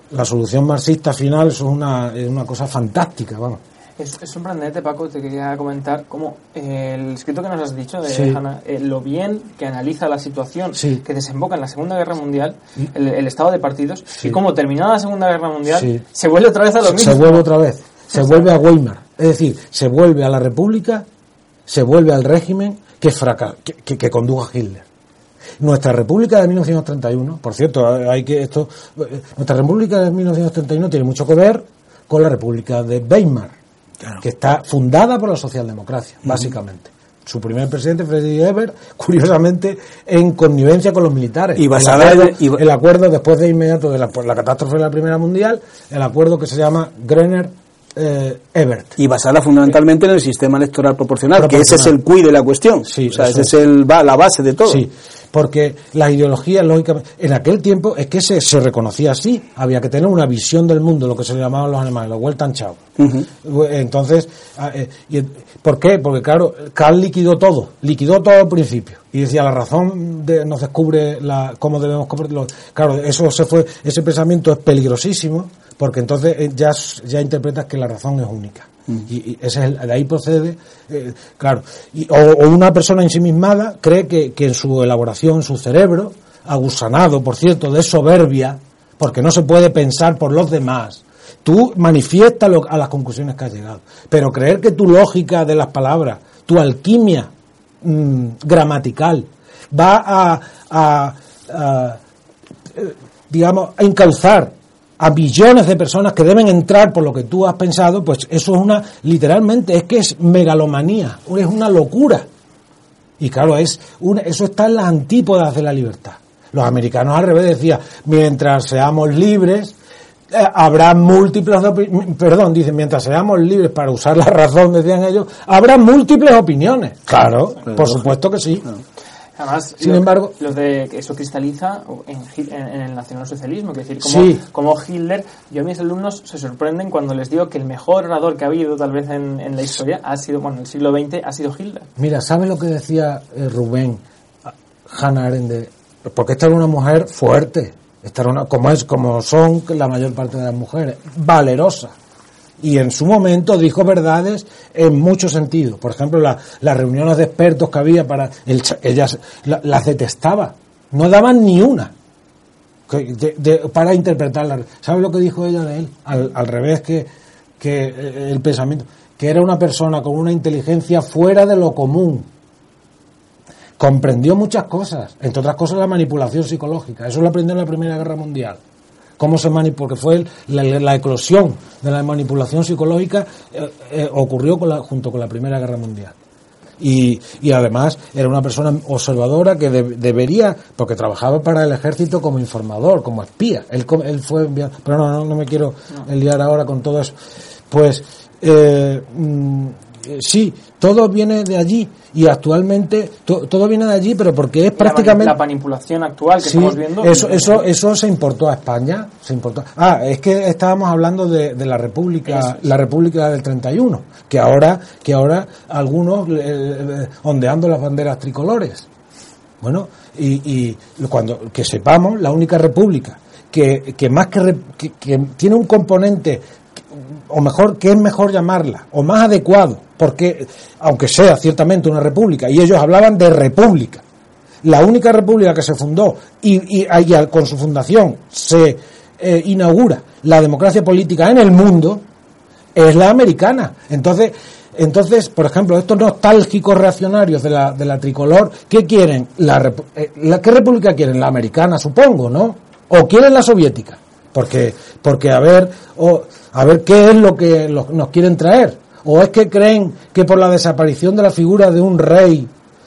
la solución marxista final es una, es una cosa fantástica, vamos. Es, es sorprendente, Paco, te quería comentar cómo eh, el escrito que nos has dicho de sí. Hannah, eh, lo bien que analiza la situación sí. que desemboca en la Segunda Guerra Mundial, el, el estado de partidos, sí. y cómo terminada la Segunda Guerra Mundial sí. se vuelve otra vez a lo se, mismo. Se vuelve otra vez, se vuelve a Weimar, es decir, se vuelve a la República, se vuelve al régimen que, fraca, que, que, que condujo a Hitler. Nuestra República de mil novecientos treinta y uno, por cierto, hay que esto, nuestra República de mil novecientos treinta y uno tiene mucho que ver con la República de Weimar. Claro. Que está fundada por la socialdemocracia, uh-huh. básicamente. Su primer presidente, Friedrich Ebert, curiosamente en connivencia con los militares. Y basada el acuerdo, en, y... el acuerdo después de inmediato de la, la catástrofe de la Primera Mundial, el acuerdo que se llama Grener eh, Ebert. Y basada fundamentalmente en el sistema electoral proporcional, proporcional. que ese es el cuid de la cuestión. Sí, o sea, ese es el, va, la base de todo. Sí, porque las ideologías, lógicamente, en aquel tiempo es que se, se reconocía así, había que tener una visión del mundo, lo que se llamaban los alemanes, los Weltanschauung. Uh-huh. Entonces, eh, ¿por qué? Porque claro, Karl liquidó todo, liquidó todo al principio. Y decía, la razón de, nos descubre la, cómo debemos... Claro, eso se fue, ese pensamiento es peligrosísimo, porque entonces ya, ya interpretas que la razón es única. Mm. Y, y ese es el, de ahí procede, eh, claro. Y, o, o una persona ensimismada cree que, que en su elaboración, en su cerebro, agusanado, por cierto, de soberbia, porque no se puede pensar por los demás, tú manifiestas lo, a las conclusiones que has llegado. Pero creer que tu lógica de las palabras, tu alquimia mmm, gramatical, va a, a, a eh, digamos, a encauzar a billones de personas que deben entrar por lo que tú has pensado, pues eso es una, literalmente, es que es megalomanía, es una locura. Y claro, es una, eso está en las antípodas de la libertad. Los americanos al revés decían, mientras seamos libres, eh, habrá múltiples, opi- perdón, dicen, mientras seamos libres para usar la razón, decían ellos, habrá múltiples opiniones. Claro, claro, por supuesto que sí. Claro. Además, sin lo, embargo, lo de que eso cristaliza en, en, en el nacionalsocialismo, que es decir, como, sí. como Hitler, yo a mis alumnos se sorprenden cuando les digo que el mejor orador que ha habido tal vez en, en la historia ha sido, bueno, en el siglo veinte ha sido Hitler. Mira, ¿sabes lo que decía eh, Rubén, Hannah Arendt? De, porque esta era una mujer fuerte, esta era una, como es, como son la mayor parte de las mujeres, valerosa. Y en su momento dijo verdades en muchos sentidos. Por ejemplo, la, las reuniones de expertos que había para... El, ellas la, las detestaba. No daban ni una de, de, para interpretarla. ¿Sabes lo que dijo ella de él? Al, al revés que, que el pensamiento. Que era una persona con una inteligencia fuera de lo común. Comprendió muchas cosas. Entre otras cosas, la manipulación psicológica. Eso lo aprendió en la Primera Guerra Mundial. Cómo se manipuló, porque fue el, la, la eclosión de la manipulación psicológica eh, eh, ocurrió con la, junto con la Primera Guerra Mundial. Y, y además era una persona observadora que de, debería, porque trabajaba para el ejército como informador, como espía. Él, él fue enviado, pero no, no, no me quiero no. liar ahora con todo eso. Pues eh, mm, sí, todo viene de allí y actualmente to, todo viene de allí, pero porque es prácticamente la manipulación actual que sí, estamos viendo. Eso, eso, eso se importó a España, se importó. Ah, es que estábamos hablando de, de la República, es. la República del treinta y uno, que ahora, que ahora algunos eh, ondeando las banderas tricolores. Bueno, y, y cuando que sepamos, la única república que, que más que, que, que tiene un componente, o mejor, que es mejor llamarla, o más adecuado, porque aunque sea ciertamente una república, y ellos hablaban de república, la única república que se fundó y, y, y con su fundación se eh, inaugura la democracia política en el mundo, es la americana. Entonces, entonces, por ejemplo, estos nostálgicos reaccionarios de la, de la tricolor, ¿qué quieren? La, eh, la, ¿Qué república quieren? La americana, supongo, ¿no? ¿O quieren la soviética? Porque, porque a ver, o, a ver qué es lo que lo, nos quieren traer. ¿O es que creen que por la desaparición de la figura de un rey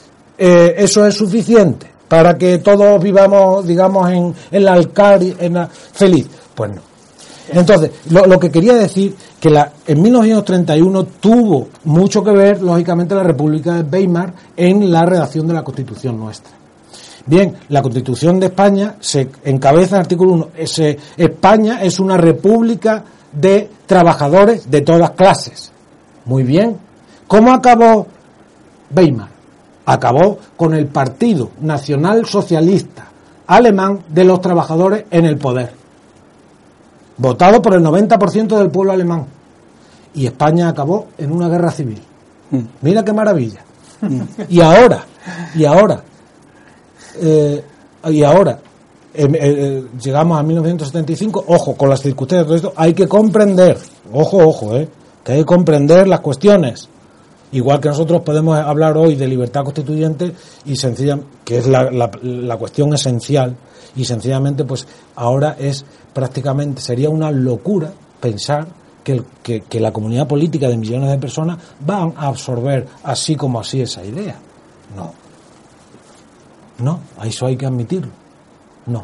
eh, eso es suficiente para que todos vivamos, digamos, en, en la alcari, en la feliz? Pues no. Entonces, lo, lo que quería decir que la, en mil novecientos treinta y uno tuvo mucho que ver, lógicamente, la República de Weimar en la redacción de la Constitución nuestra. Bien, la Constitución de España se encabeza en el artículo uno. Ese, España es una república de trabajadores de todas clases. Muy bien. ¿Cómo acabó Weimar? Acabó con el Partido Nacional Socialista Alemán de los Trabajadores en el poder. votado por el noventa por ciento del pueblo alemán. Y España acabó en una guerra civil. Mm. Mira qué maravilla. Mm. Y ahora, y ahora, eh, y ahora, eh, eh, llegamos a mil novecientos setenta y cinco, ojo, con las circunstancias de todo esto, hay que comprender, ojo, ojo, eh, que hay que comprender las cuestiones. Igual que nosotros podemos hablar hoy de libertad constituyente y sencilla, que es la, la, la cuestión esencial, y sencillamente pues ahora es prácticamente, sería una locura pensar que, el, que, que la comunidad política de millones de personas van a absorber así como así esa idea. No. No, eso hay que admitirlo. No.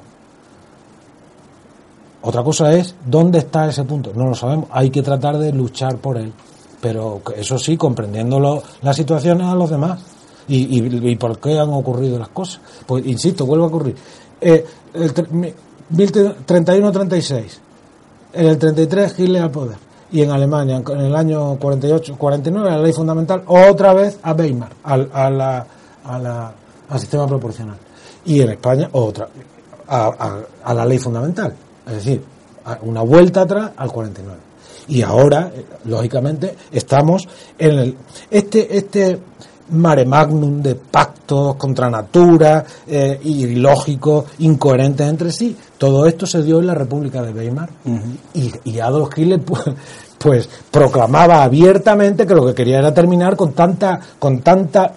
Otra cosa es, ¿dónde está ese punto? No lo sabemos, hay que tratar de luchar por él. Pero eso sí, comprendiendo lo, las situaciones a los demás. Y, y, y por qué han ocurrido las cosas. Pues, insisto, vuelve a ocurrir. Eh, el treinta y uno treinta y seis, en el treinta y tres Hitler al poder, y en Alemania en el año cuarenta y ocho cuarenta y nueve la ley fundamental, otra vez a Weimar, al, a la, a la, al sistema proporcional, y en España otra a, a, a la ley fundamental, es decir, a una vuelta atrás al cuarenta y nueve, y ahora lógicamente estamos en el este este mare magnum de pactos contra natura, eh, ilógicos, incoherentes entre sí. Todo esto se dio en la República de Weimar. Uh-huh. y, y Adolf Hitler pues, pues proclamaba abiertamente que lo que quería era terminar con tanta con tanta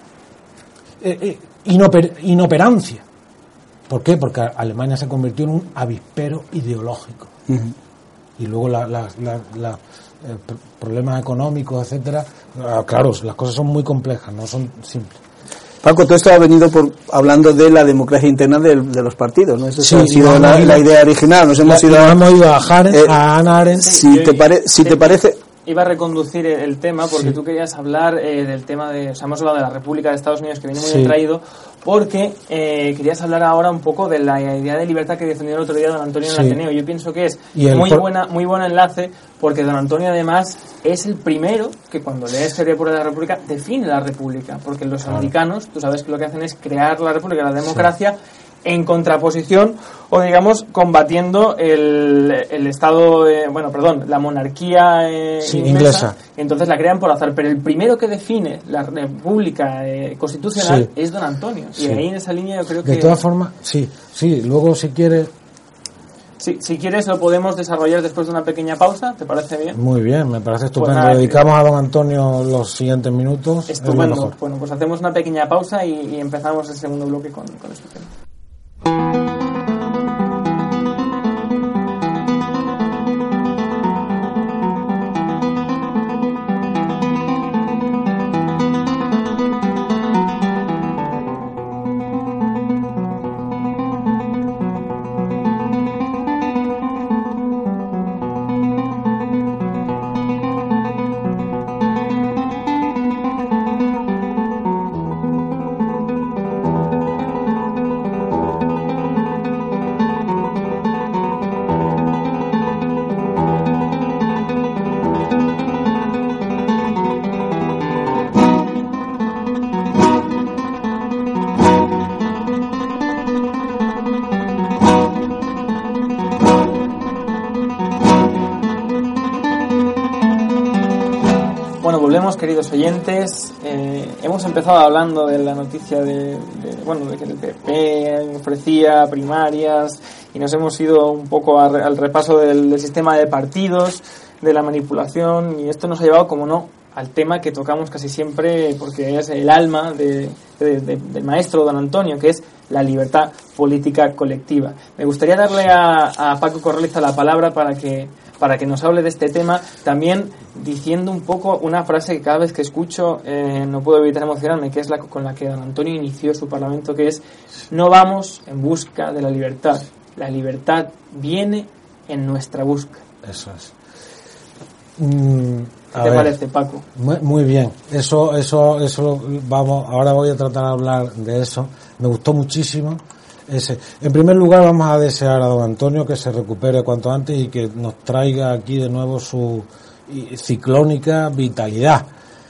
eh, eh, inoper, inoperancia. ¿Por qué? Porque Alemania se convirtió en un avispero ideológico. Uh-huh. Y luego la, la, la, la Eh, problemas económicos, etcétera. Ah, claro, las cosas son muy complejas, no son simples. Paco, todo esto ha venido por hablando de la democracia interna de, de los partidos, ¿no? Esa sí, ha sido la, la idea original. Nos hemos la, ido, hemos ido a, Haren, eh, a Hannah Arendt. Si, te, pare, si te parece... Iba a reconducir el tema porque sí. tú querías hablar eh, del tema de... O sea, hemos hablado de la República de Estados Unidos, que viene muy sí. bien traído, porque eh, querías hablar ahora un poco de la idea de libertad que defendió el otro día don Antonio en sí. el Ateneo. Yo pienso que es muy por... buena muy buen enlace, porque don Antonio además es el primero que cuando lee Teoría Pura de la República define la República, porque los claro. americanos, tú sabes que lo que hacen es crear la República, la democracia, sí. en contraposición o digamos combatiendo el, el Estado, eh, bueno, perdón, la monarquía eh, sí, inglesa, inglesa. Entonces la crean por azar, pero el primero que define la República eh, constitucional sí. es don Antonio, y sí. ahí en esa línea yo creo que... De todas formas, sí, sí, luego si quieres... Sí, si quieres lo podemos desarrollar después de una pequeña pausa, ¿te parece bien? Muy bien, me parece estupendo. Pues nada, dedicamos a don Antonio los siguientes minutos. Estupendo. Bueno, pues hacemos una pequeña pausa y, y empezamos el segundo bloque con, con este tema. Volvemos, queridos oyentes. Eh, hemos empezado hablando de la noticia de, de bueno de que el P P ofrecía primarias y nos hemos ido un poco a, al repaso del, del sistema de partidos, de la manipulación, y esto nos ha llevado, como no, al tema que tocamos casi siempre porque es el alma de, de, de, del maestro don Antonio, que es la libertad política colectiva. Me gustaría darle a, a Paco Corraliza la palabra para que para que nos hable de este tema, también diciendo un poco una frase que cada vez que escucho eh, no puedo evitar emocionarme, que es la con la que don Antonio inició su parlamento, que es: no vamos en busca de la libertad, la libertad viene en nuestra busca. Eso es. Mm, ¿Qué te ver, parece, Paco? Muy, muy bien, eso, eso, eso, vamos, ahora voy a tratar de hablar de eso. Me gustó muchísimo. Ese. En primer lugar, vamos a desear a don Antonio que se recupere cuanto antes y que nos traiga aquí de nuevo su ciclónica vitalidad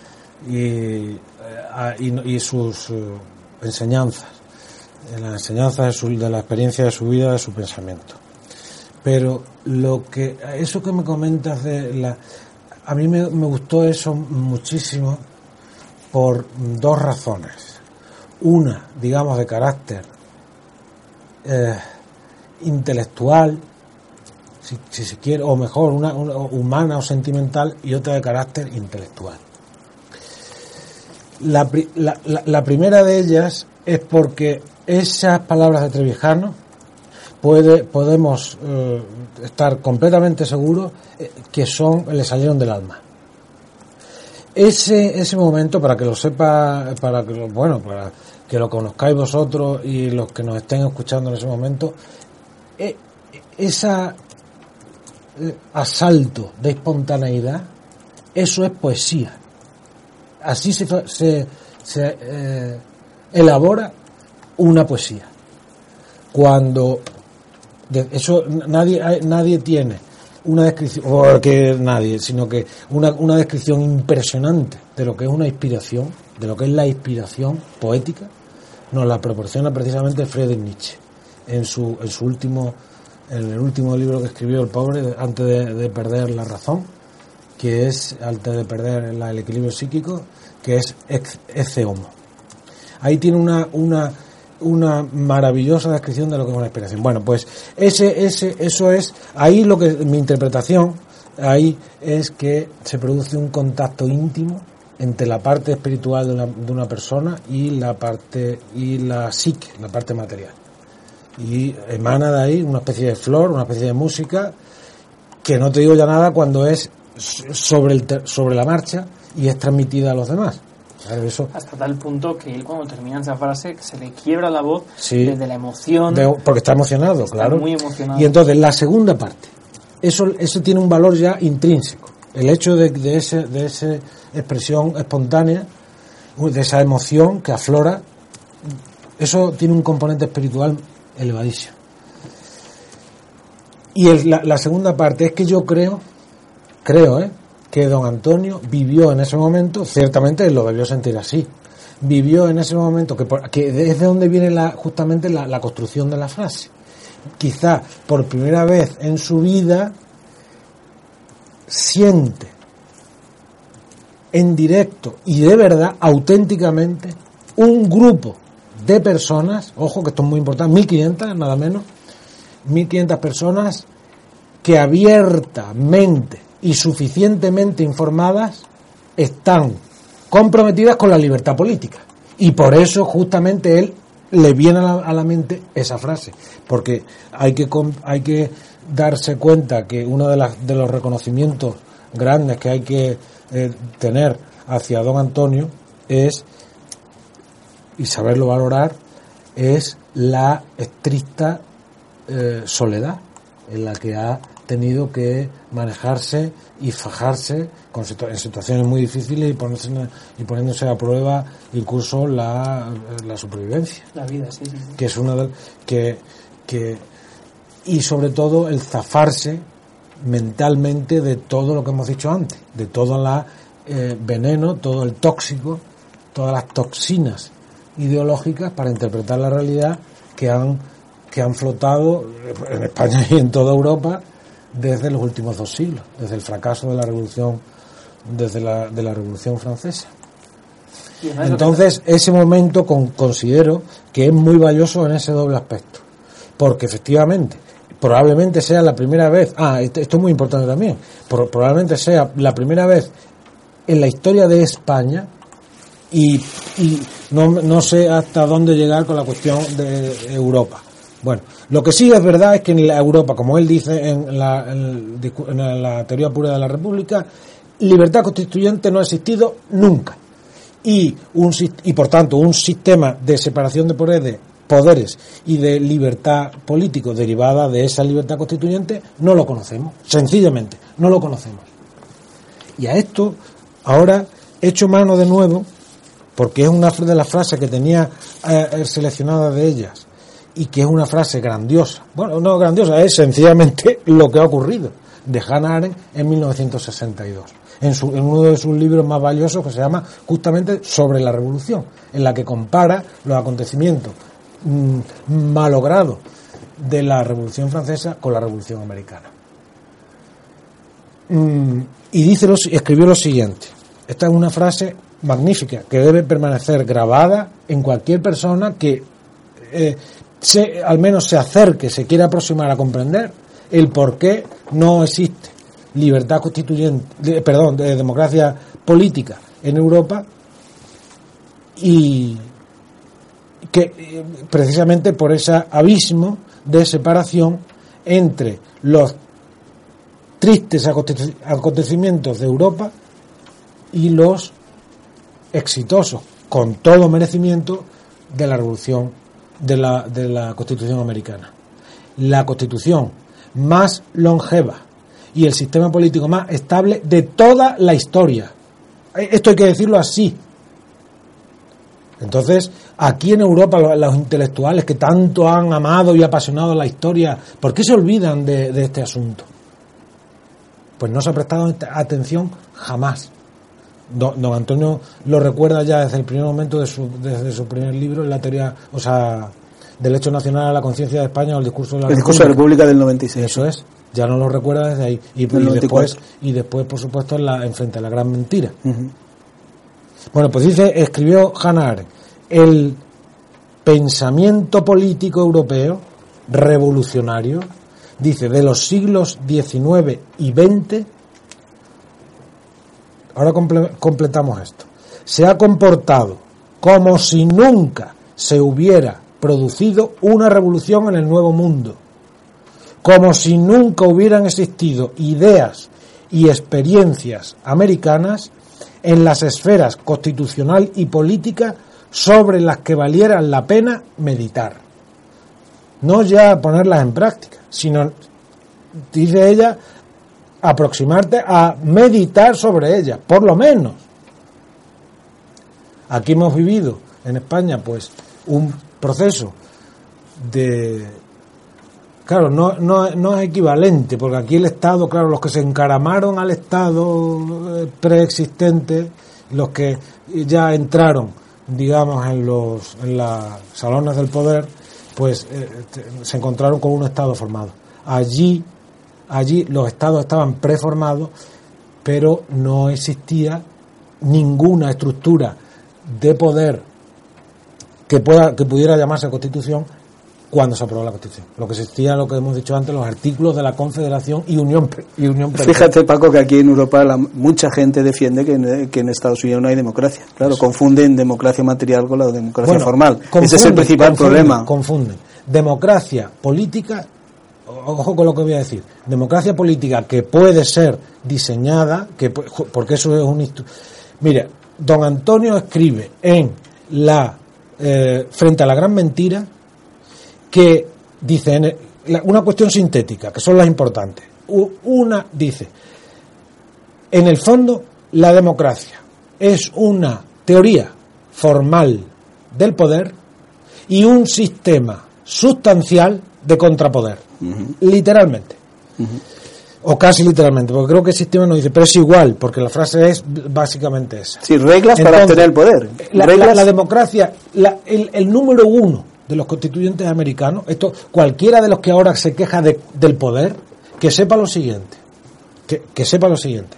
y, y, y sus uh, enseñanzas, las enseñanzas de, su, de la experiencia de su vida, de su pensamiento. pero lo que eso que me comentas de la a mí me, me gustó eso muchísimo por dos razones. Una, digamos, de carácter eh, intelectual, si, si se quiere, o mejor, una, una humana o sentimental, y otra de carácter intelectual. La, la, la, la primera de ellas es porque esas palabras de Trevijano puede, podemos eh, estar completamente seguros que son, le salieron del alma. Ese, ese momento, para que lo sepa, para que lo, bueno, para que lo conozcáis vosotros y los que nos estén escuchando en ese momento, eh, esa eh, asalto de espontaneidad, eso es poesía. Así se, se, se eh, elabora una poesía. Cuando de, eso nadie nadie tiene una descripción, o que nadie, sino que una, una descripción impresionante de lo que es una inspiración, de lo que es la inspiración poética, nos la proporciona precisamente Friedrich Nietzsche en su en su último en el último libro que escribió el pobre antes de, de perder la razón, que es antes de perder el, el equilibrio psíquico, que es Ecce Homo. Ahí tiene una una una maravillosa descripción de lo que es una inspiración. Bueno, pues ese ese eso es ahí lo que mi interpretación ahí es que se produce un contacto íntimo entre la parte espiritual de una, de una persona y la parte y la psique, la parte material. Y emana de ahí una especie de flor, una especie de música que no te digo ya nada cuando es sobre el sobre la marcha y es transmitida a los demás. Claro, eso. Hasta tal punto que él, cuando termina esa frase, se le quiebra la voz, sí, desde la emoción. De, porque está emocionado, está claro. Muy emocionado. Y entonces la segunda parte, eso eso tiene un valor ya intrínseco. El hecho de, de ese de esa expresión espontánea, de esa emoción que aflora, eso tiene un componente espiritual elevadísimo. Y el, la, la segunda parte es que yo creo, creo, ¿eh? que don Antonio vivió en ese momento, ciertamente él lo debió sentir así, vivió en ese momento, que, por, que es de donde viene la, justamente la, la construcción de la frase. Quizá por primera vez en su vida siente en directo y de verdad, auténticamente, un grupo de personas, ojo que esto es muy importante, mil quinientas nada menos, mil quinientas personas que abiertamente y suficientemente informadas están comprometidas con la libertad política, y por eso justamente él le viene a la, a la mente esa frase, porque hay que hay que darse cuenta que uno de, las, de los reconocimientos grandes que hay que eh, tener hacia don Antonio es, y saberlo valorar, es la estricta eh, soledad en la que ha tenido que manejarse y fajarse con situ- en situaciones muy difíciles y, ponerse, y poniéndose a prueba incluso la, la supervivencia, la vida, sí, sí, sí. que es una de, que que y sobre todo el zafarse mentalmente de todo lo que hemos dicho antes, de todo el eh, veneno, todo el tóxico, todas las toxinas ideológicas para interpretar la realidad que han que han flotado en España y en toda Europa desde los últimos dos siglos, desde el fracaso de la revolución, desde la de la Revolución Francesa. Entonces, ese momento con, considero que es muy valioso en ese doble aspecto, porque efectivamente, probablemente sea la primera vez, ah, esto, esto es muy importante también, pro, probablemente sea la primera vez en la historia de España, y, y no, no sé hasta dónde llegar con la cuestión de Europa. Bueno, lo que sí es verdad es que en la Europa, como él dice en la, en, en la teoría pura de la República, libertad constituyente no ha existido nunca. Y, un, y por tanto, un sistema de separación de poderes, poderes y de libertad político derivada de esa libertad constituyente no lo conocemos. Sencillamente, no lo conocemos. Y a esto, ahora, he hecho mano de nuevo, porque es una de las frases que tenía eh, seleccionadas de ellas, y que es una frase grandiosa. Bueno, no grandiosa, es sencillamente lo que ha ocurrido, de Hannah Arendt en mil novecientos sesenta y dos, en, su, en uno de sus libros más valiosos, que se llama justamente Sobre la Revolución, en la que compara los acontecimientos mmm, malogrados de la Revolución Francesa con la Revolución Americana. Mm, y dice lo, escribió lo siguiente. Esta es una frase magnífica que debe permanecer grabada en cualquier persona que eh, se, al menos se acerque, se quiera aproximar a comprender el por qué no existe libertad constituyente, de, perdón, de democracia política en Europa, y que eh, precisamente por ese abismo de separación entre los tristes acontecimientos de Europa y los exitosos, con todo merecimiento, de la revolución de la, de la Constitución americana. La Constitución más longeva y el sistema político más estable de toda la historia. Esto hay que decirlo así. Entonces, aquí en Europa, los, los intelectuales que tanto han amado y apasionado la historia, ¿por qué se olvidan de, de este asunto? Pues no se ha prestado atención jamás. Don, don Antonio lo recuerda ya desde el primer momento de su, desde su primer libro, en la teoría, o sea, del hecho nacional a la conciencia de España, o el discurso de la el discurso de la República del noventa y seis. Eso es, ya no lo recuerda desde ahí. Y, y después, y después, por supuesto, en, la, en Frente a la Gran Mentira. Uh-huh. Bueno, pues dice, escribió Hannah Arendt, el pensamiento político europeo revolucionario, dice, de los siglos diecinueve y veinte, ahora comple- completamos esto, se ha comportado como si nunca se hubiera producido una revolución en el Nuevo Mundo, como si nunca hubieran existido ideas y experiencias americanas en las esferas constitucional y política sobre las que valiera la pena meditar. No ya ponerlas en práctica, sino, dice ella, aproximarte a meditar sobre ellas, por lo menos. Aquí hemos vivido en España pues un proceso de, claro, no, no, no es equivalente, porque aquí el Estado, claro, los que se encaramaron al Estado preexistente, los que ya entraron, digamos, en los en los salones del poder, pues eh, se encontraron con un Estado formado. Allí, allí los Estados estaban preformados, pero no existía ninguna estructura de poder que pueda que pudiera llamarse Constitución cuando se aprobó la Constitución. Lo que existía, lo que hemos dicho antes, los artículos de la Confederación y Unión y Unión Perfecta. Fíjate, Paco, que aquí en Europa la, mucha gente defiende que en, que en Estados Unidos no hay democracia. Claro, Eso. Confunden democracia material con la democracia bueno, formal. Confunden, Ese es el principal confunden, problema. Confunden. Democracia política, ojo con lo que voy a decir, democracia política que puede ser diseñada, que porque eso es un... Mira, don Antonio escribe en la eh, Frente a la Gran Mentira, que dice en el, una cuestión sintética, que son las importantes. Una dice, en el fondo, la democracia es una teoría formal del poder y un sistema sustancial de contrapoder, uh-huh. literalmente, uh-huh. o casi literalmente, porque creo que el sistema no dice, pero es igual, porque la frase es básicamente esa. Sí, reglas Entonces, para obtener el poder. La, reglas... la, la democracia, la, el, el número uno de los constituyentes americanos, esto cualquiera de los que ahora se queja de, del poder, que sepa lo siguiente, que, que sepa lo siguiente.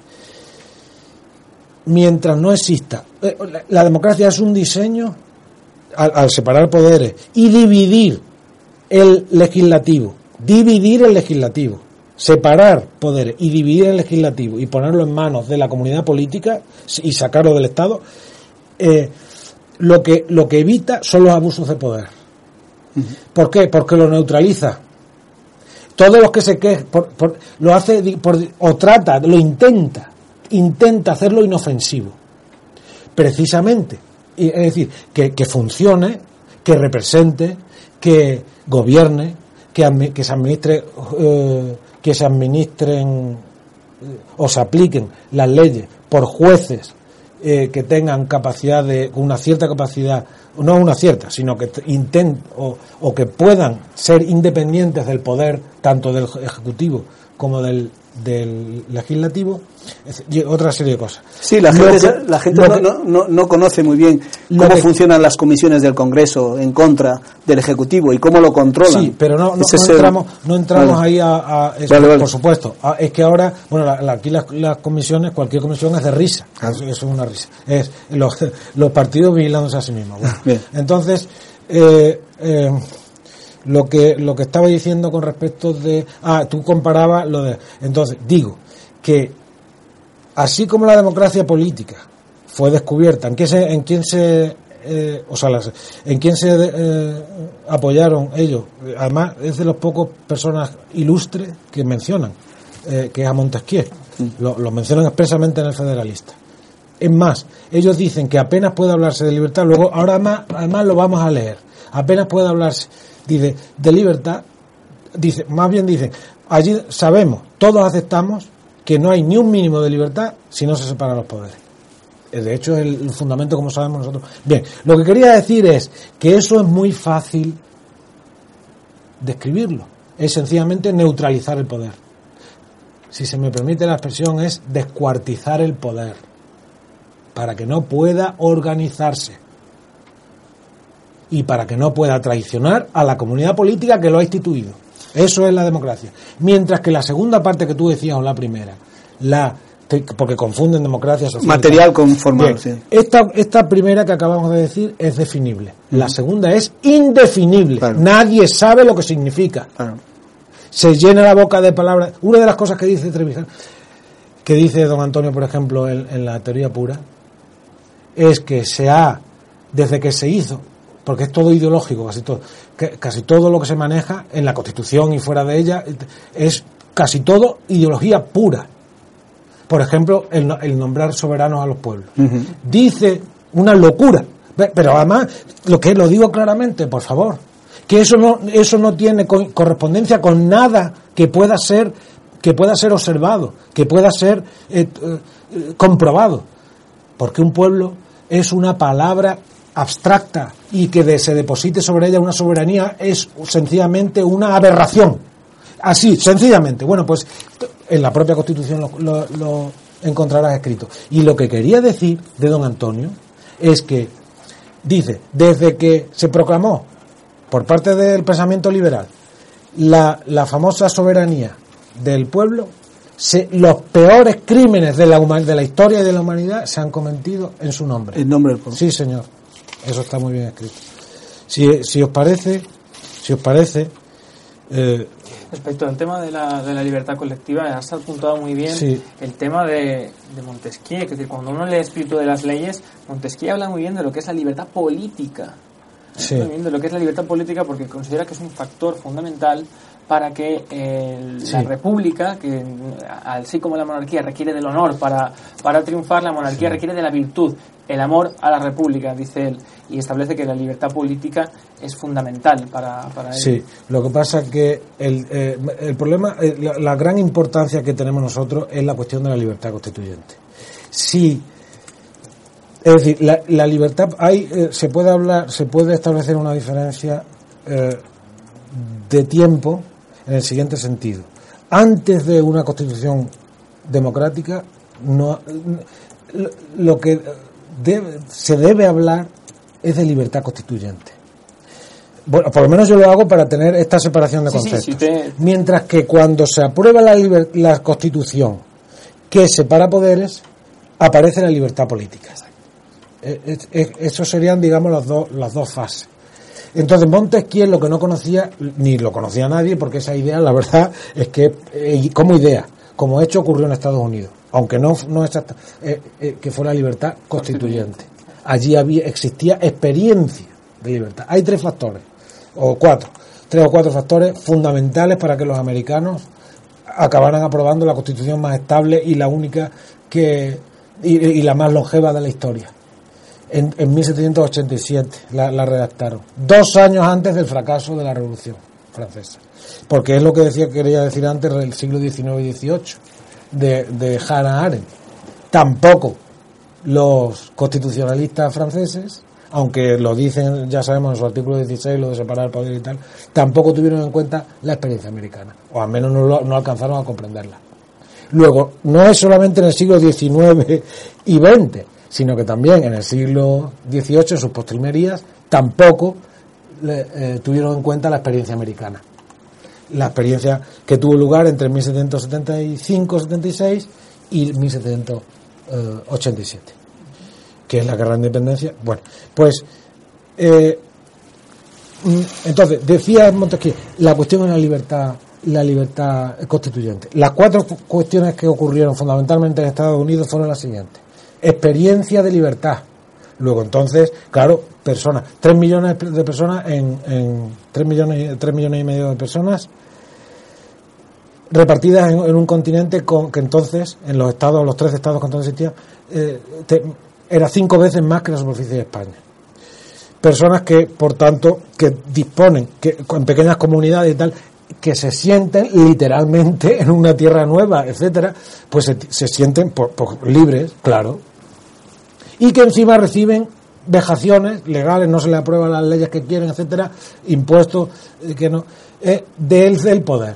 Mientras no exista, la, la democracia es un diseño al, al separar poderes y dividir el legislativo, dividir el legislativo, separar poderes y dividir el legislativo y ponerlo en manos de la comunidad política y sacarlo del Estado, eh, lo que lo que evita son los abusos de poder. ¿Por qué? Porque lo neutraliza. Todos los que se quejan por, por, lo hace por, o trata, lo intenta, intenta hacerlo inofensivo. Precisamente, es decir, que, que funcione, que represente, que gobierne, que, que se administre, eh, que se administren o se apliquen las leyes por jueces eh, que tengan capacidad de una cierta capacidad, no una cierta, sino que intenten o, o que puedan ser independientes del poder tanto del ejecutivo como del, del legislativo, y otra serie de cosas. Sí, la gente, que, la gente no, que, no, no, no conoce muy bien cómo que, funcionan las comisiones del Congreso en contra del Ejecutivo y cómo lo controlan. Sí, pero no, no, no entramos, no entramos vale. ahí a, a eso, vale, vale. por supuesto. A, es que ahora, bueno, la, la, aquí las, las comisiones, cualquier comisión es de risa. Eso, eso es una risa. Es los, los partidos vigilándose a sí mismos. Bueno, entonces, eh, eh, lo que lo que estaba diciendo con respecto de... Ah, tú comparabas lo de... Entonces, digo que así como la democracia política fue descubierta, en quién se, en quién se, eh, o sea, las, en quién se eh, apoyaron ellos, además es de los pocos personas ilustres que mencionan, eh, que es a Montesquieu, lo, lo mencionan expresamente en el Federalista. Es más, ellos dicen que apenas puede hablarse de libertad, luego ahora además, además lo vamos a leer, apenas puede hablarse, dice, de libertad, dice, más bien dicen, allí sabemos, todos aceptamos que no hay ni un mínimo de libertad si no se separan los poderes. De hecho, es el fundamento, como sabemos nosotros. Bien, lo que quería decir es que eso es muy fácil describirlo. Es sencillamente neutralizar el poder. Si se me permite la expresión, es descuartizar el poder para que no pueda organizarse y para que no pueda traicionar a la comunidad política que lo ha instituido. Eso es la democracia. Mientras que la segunda parte que tú decías, o la primera, la porque confunden democracia social. Material con formal, sí. Esta, esta primera que acabamos de decir es definible. Uh-huh. La segunda es indefinible. Claro. Nadie sabe lo que significa. Claro. Se llena la boca de palabras. Una de las cosas que dice Trevijano, que dice don Antonio, por ejemplo, en, en la teoría pura, es que se ha, desde que se hizo, porque es todo ideológico, casi todo, que, casi todo lo que se maneja en la Constitución y fuera de ella es casi todo ideología pura. Por ejemplo, el, el nombrar soberanos a los pueblos. Uh-huh. Dice una locura, pero además, lo que lo digo claramente, por favor, que eso no eso no tiene co- correspondencia con nada que pueda ser que pueda ser observado, que pueda ser eh, eh, comprobado, porque un pueblo es una palabra abstracta y que de, se deposite sobre ella una soberanía es sencillamente una aberración. Así, sencillamente. Bueno, pues en la propia Constitución lo, lo, lo encontrarás escrito. Y lo que quería decir de don Antonio es que dice, desde que se proclamó por parte del pensamiento liberal la, la famosa soberanía del pueblo, se, los peores crímenes de la, de la historia y de la humanidad se han cometido en su nombre. En nombre del pueblo. Sí, señor. Eso está muy bien escrito. Si, si os parece, si os parece, eh, respecto al tema de la, de la libertad colectiva, has apuntado muy bien sí. el tema de, de Montesquieu, es decir, cuando uno lee el espíritu de las leyes, Montesquieu habla muy bien de lo que es la libertad política, sí. muy bien de lo que es la libertad política porque considera que es un factor fundamental para que eh, sí. la república, que así como la monarquía requiere del honor para, para triunfar, la monarquía sí. requiere de la virtud, el amor a la república, dice él, y establece que la libertad política es fundamental para, para él. Sí, lo que pasa es que el, eh, el problema, eh, la, la gran importancia que tenemos nosotros es la cuestión de la libertad constituyente. Sí, es decir, la, la libertad, hay, eh, se puede hablar, se puede establecer una diferencia eh, de tiempo en el siguiente sentido. Antes de una constitución democrática, no, lo que debe, se debe hablar es de libertad constituyente. Bueno, por lo menos yo lo hago para tener esta separación de sí, conceptos. Sí, sí, te... Mientras que cuando se aprueba la, liber, la constitución que separa poderes, aparece la libertad política. Es, es, eso serían, digamos, las dos, las dos fases. Entonces Montesquieu lo que no conocía, ni lo conocía nadie, porque esa idea, la verdad, es que eh, como idea, como hecho, ocurrió en Estados Unidos, aunque no, no exacta, eh, eh, que fue la libertad constituyente. Allí había, existía experiencia de libertad. Hay tres factores, o cuatro, tres o cuatro factores fundamentales para que los americanos acabaran aprobando la constitución más estable y la única que y, y la más longeva de la historia. En, en mil setecientos ochenta y siete la, la redactaron, dos años antes del fracaso de la Revolución Francesa, porque es lo que decía quería decir antes del siglo diecinueve y dieciocho de, de Hannah Arendt. Tampoco los constitucionalistas franceses aunque lo dicen, ya sabemos, en su artículo dieciséis, lo de separar el poder y tal, tampoco tuvieron en cuenta la experiencia americana, o al menos no, lo, no alcanzaron a comprenderla. Luego, no es solamente en el siglo diecinueve y veinte, sino que también en el siglo dieciocho, en sus postrimerías, tampoco le, eh, tuvieron en cuenta la experiencia americana. La experiencia que tuvo lugar entre mil setecientos setenta y cinco setenta y seis y mil setecientos ochenta y siete, que es la guerra de independencia. Bueno, pues eh, entonces decía Montesquieu, la cuestión es la libertad, la libertad constituyente. Las cuatro cuestiones que ocurrieron fundamentalmente en Estados Unidos fueron las siguientes: experiencia de libertad. Luego, entonces, claro, personas, tres millones de personas en, en tres millones, tres millones y medio de personas repartidas en, en un continente con, que entonces, en los estados, los tres estados que entonces existían, eh, te, era cinco veces más que la superficie de España. Personas que, por tanto, que disponen, que en pequeñas comunidades y tal, que se sienten literalmente en una tierra nueva, etcétera, pues se, se sienten por, por libres, claro, y que encima reciben vejaciones legales, no se les aprueban las leyes que quieren, etcétera, impuestos que no, eh, del, del poder.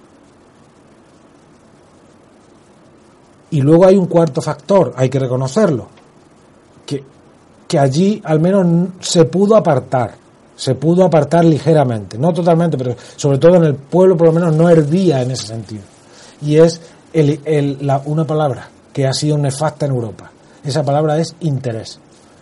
Y luego hay un cuarto factor, hay que reconocerlo, que, que allí al menos se pudo apartar, se pudo apartar ligeramente, no totalmente, pero sobre todo en el pueblo por lo menos no hervía en ese sentido. Y es el, el, la, una palabra que ha sido nefasta en Europa. Esa palabra es interés.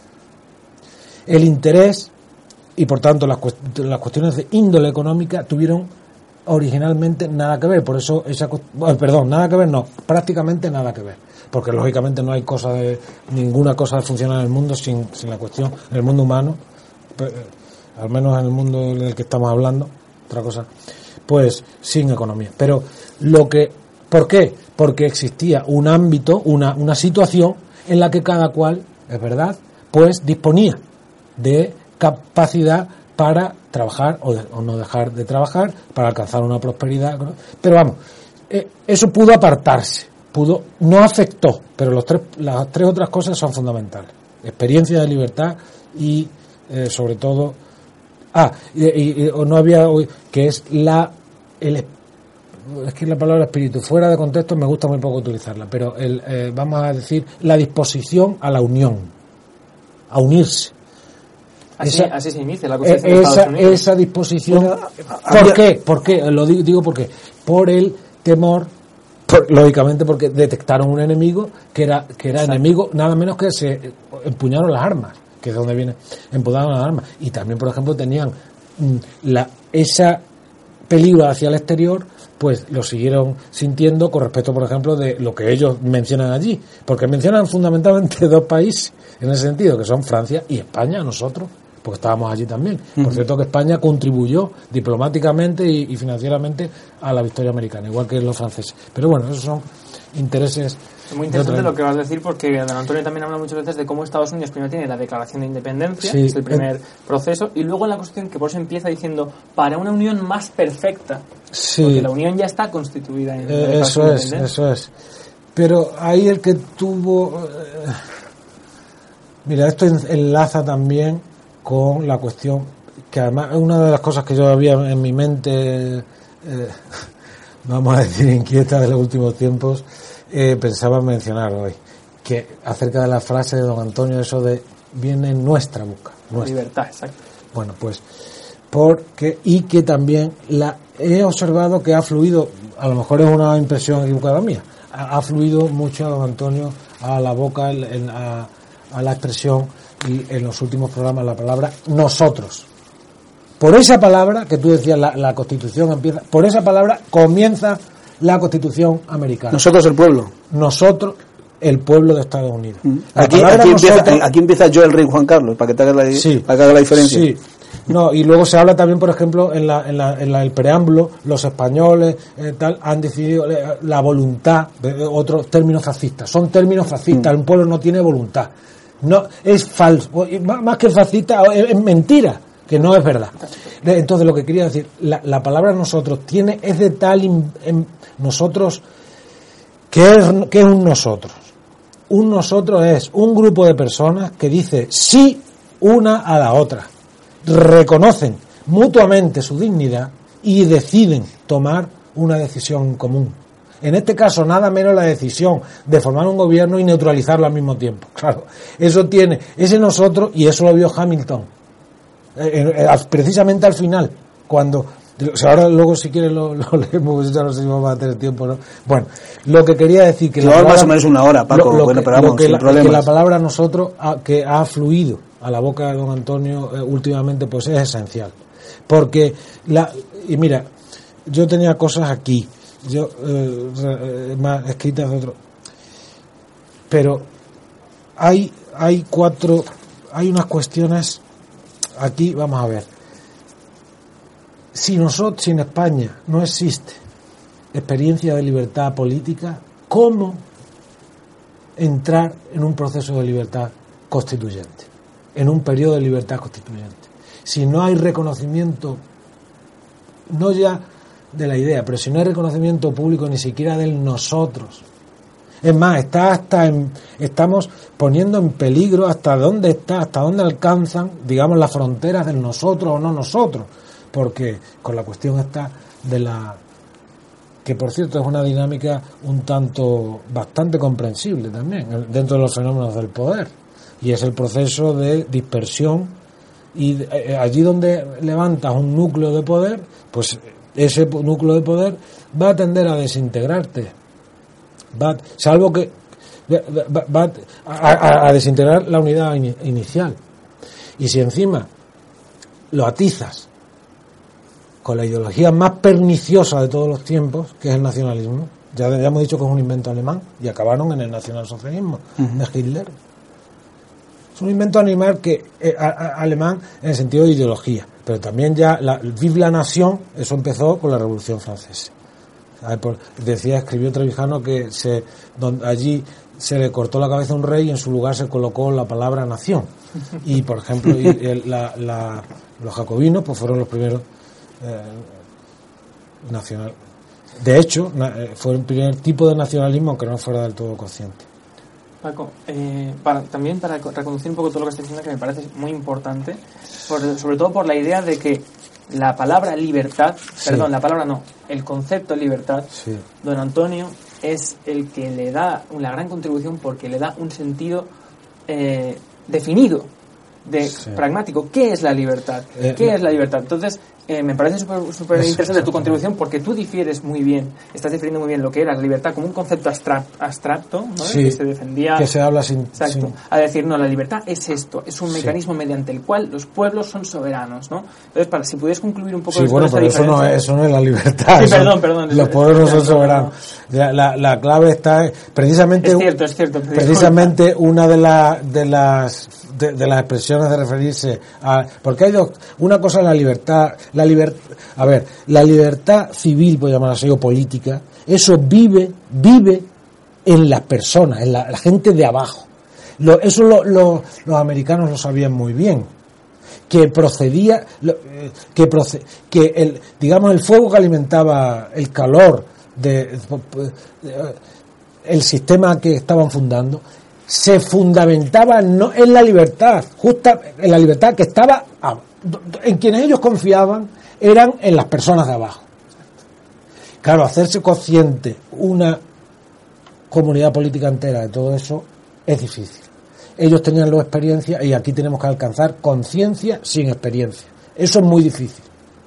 El interés, y por tanto las, cuest- las cuestiones de índole económica tuvieron originalmente nada que ver, por eso esa, bueno, perdón, nada que ver, no, prácticamente nada que ver, porque lógicamente no hay cosa de, ninguna cosa funciona en el mundo sin, sin la cuestión, en el mundo humano, pues, al menos en el mundo en el que estamos hablando, otra cosa, pues sin economía. Pero lo que, ¿por qué? Porque existía un ámbito, una, una situación en la que cada cual, es verdad, pues disponía de capacidad para trabajar o, de, o no dejar de trabajar, para alcanzar una prosperidad. Pero vamos, eh, eso pudo apartarse, pudo, no afectó, pero los tres, las tres otras cosas son fundamentales: experiencia de libertad y eh, sobre todo, ah, y, y, y no había, que es la, el, es que la palabra espíritu, fuera de contexto me gusta muy poco utilizarla, pero el, eh, vamos a decir, la disposición a la unión, a unirse. Así, esa, así se inicia la Constitución esa, de Estados Unidos. Esa disposición. Bueno, ¿Por había... qué? ¿Por qué? Lo digo, digo porque por el temor, por, lógicamente porque detectaron un enemigo que era que era enemigo, nada menos que se empuñaron las armas, que es donde viene, empuñaron las armas. Y también, por ejemplo, tenían mmm, la esa peligro hacia el exterior, pues lo siguieron sintiendo con respecto, por ejemplo, de lo que ellos mencionan allí, porque mencionan fundamentalmente dos países en ese sentido, que son Francia y España, nosotros, porque estábamos allí también. Por cierto, que España contribuyó diplomáticamente y, y financieramente a la victoria americana, igual que los franceses. Pero bueno, esos son intereses. Es muy interesante lo que vas a decir, porque don Antonio también habla muchas veces de cómo Estados Unidos primero tiene la Declaración de Independencia, sí, que es el primer eh, proceso, y luego en la Constitución, que por eso empieza diciendo para una unión más perfecta, sí, porque la unión ya está constituida en eh, eso es, eso es. Pero ahí el que tuvo, eh, mira, esto enlaza también con la cuestión que además es una de las cosas que yo había en mi mente, eh, vamos a decir, inquieta de los últimos tiempos. Eh, pensaba mencionar hoy que acerca de la frase de don Antonio, eso de viene en nuestra boca, nuestra libertad, exacto. Bueno, pues porque y que también la he observado que ha fluido, a lo mejor es una impresión equivocada mía, ha, ha fluido mucho a don Antonio a la boca, en, en, a, a la expresión y en los últimos programas la palabra nosotros. Por esa palabra que tú decías, la, la Constitución empieza, por esa palabra comienza la Constitución americana. Nosotros el pueblo. Nosotros, el pueblo de Estados Unidos. Mm. Aquí, aquí, nosotros, empieza, aquí empieza yo el rey Juan Carlos, para que te haga la, sí, para que haga la diferencia. Sí. No, y luego se habla también, por ejemplo, en la, en la, en la el preámbulo, los españoles eh, tal han decidido la, la voluntad, de otros términos fascistas. Son términos fascistas, mm. Un pueblo no tiene voluntad. No, es falso, más que fascista, es, es mentira, que no es verdad. Entonces, lo que quería decir, la, la palabra nosotros tiene, es de tal in, en, nosotros, que es, que es un nosotros. Un nosotros es un grupo de personas que dice sí una a la otra, reconocen mutuamente su dignidad y deciden tomar una decisión común. En este caso, nada menos la decisión de formar un gobierno y neutralizarlo al mismo tiempo. Claro, eso tiene, ese nosotros, y eso lo vio Hamilton, eh, eh, precisamente al final, cuando, o sea, ahora luego si quieres lo, lo leemos, ya no sé si vamos a tener tiempo, ¿no? Bueno, lo que quería decir que... La palabra, más o menos una hora, Paco, lo, lo bueno, que, pero vamos, lo que, sin la, problemas. que la palabra nosotros, ha, que ha fluido a la boca de don Antonio eh, últimamente, pues es esencial. Porque, la y mira, yo tenía cosas aquí, yo eh, más escritas de otro, pero hay hay cuatro hay unas cuestiones aquí. Vamos a ver, si nosotros si en España no existe experiencia de libertad política, ¿cómo entrar en un proceso de libertad constituyente, en un periodo de libertad constituyente, si no hay reconocimiento, no ya de la idea, pero si no hay reconocimiento público ni siquiera del nosotros? Es más, está hasta en, estamos poniendo en peligro hasta dónde está, hasta dónde alcanzan, digamos, las fronteras del nosotros o no nosotros, porque con la cuestión está de la, que por cierto es una dinámica un tanto bastante comprensible también dentro de los fenómenos del poder, y es el proceso de dispersión, y allí donde levantas un núcleo de poder, pues ese núcleo de poder va a tender a desintegrarte, va, salvo que va, va a, a, a desintegrar la unidad in, inicial. Y si encima lo atizas con la ideología más perniciosa de todos los tiempos, que es el nacionalismo, ya, ya hemos dicho que es un invento alemán, y acabaron en el nacionalsocialismo uh-huh. de Hitler. Es un invento animal que eh, a, a, alemán en el sentido de ideología, pero también ya la Vive la Nation, eso empezó con la Revolución Francesa. Por, decía, escribió Trevijano que se, donde, allí se le cortó la cabeza a un rey y en su lugar se colocó la palabra nación. Y por ejemplo, y, el, la, la, los jacobinos pues fueron los primeros eh, nacional. De hecho, na, fue el primer tipo de nacionalismo, aunque no fuera del todo consciente. Paco, eh, para, también para reconducir un poco todo lo que estás diciendo, que me parece muy importante, por, sobre todo por la idea de que la palabra libertad, sí. perdón, la palabra no, el concepto libertad, sí. don Antonio es el que le da una gran contribución, porque le da un sentido eh, definido, de sí. pragmático. ¿Qué es la libertad? Eh, ¿Qué no. es la libertad? Entonces, eh, me parece súper súper interesante tu contribución, porque tú difieres muy bien, estás definiendo muy bien lo que era la libertad como un concepto abstract, abstracto, ¿no? Sí, que se defendía, que se habla sin, exacto, sin... a decir, no, la libertad es esto, es un sí. mecanismo mediante el cual los pueblos son soberanos, ¿no? Entonces, para si pudieras concluir un poco sí, bueno, pero eso no, es, eso no es la libertad. Sí, perdón, perdón. Los pueblos no son soberanos. La, la, la clave está precisamente es cierto, es cierto, precisamente una de, la, de las de, de las expresiones de referirse a, porque hay dos, una cosa es la libertad, la libertad, a ver, la libertad civil, por llamar así, o política, eso vive, vive en las personas, en la, la gente de abajo. Lo, eso lo, lo, los americanos lo sabían muy bien, que procedía, lo, que proce, que el, digamos, el fuego que alimentaba el calor de, de el sistema que estaban fundando se fundamentaba no en la libertad, justa en la libertad que estaba en quienes ellos confiaban, eran en las personas de abajo. Claro, hacerse consciente una comunidad política entera de todo eso es difícil. Ellos tenían la experiencia y aquí tenemos que alcanzar conciencia sin experiencia. Eso es muy difícil.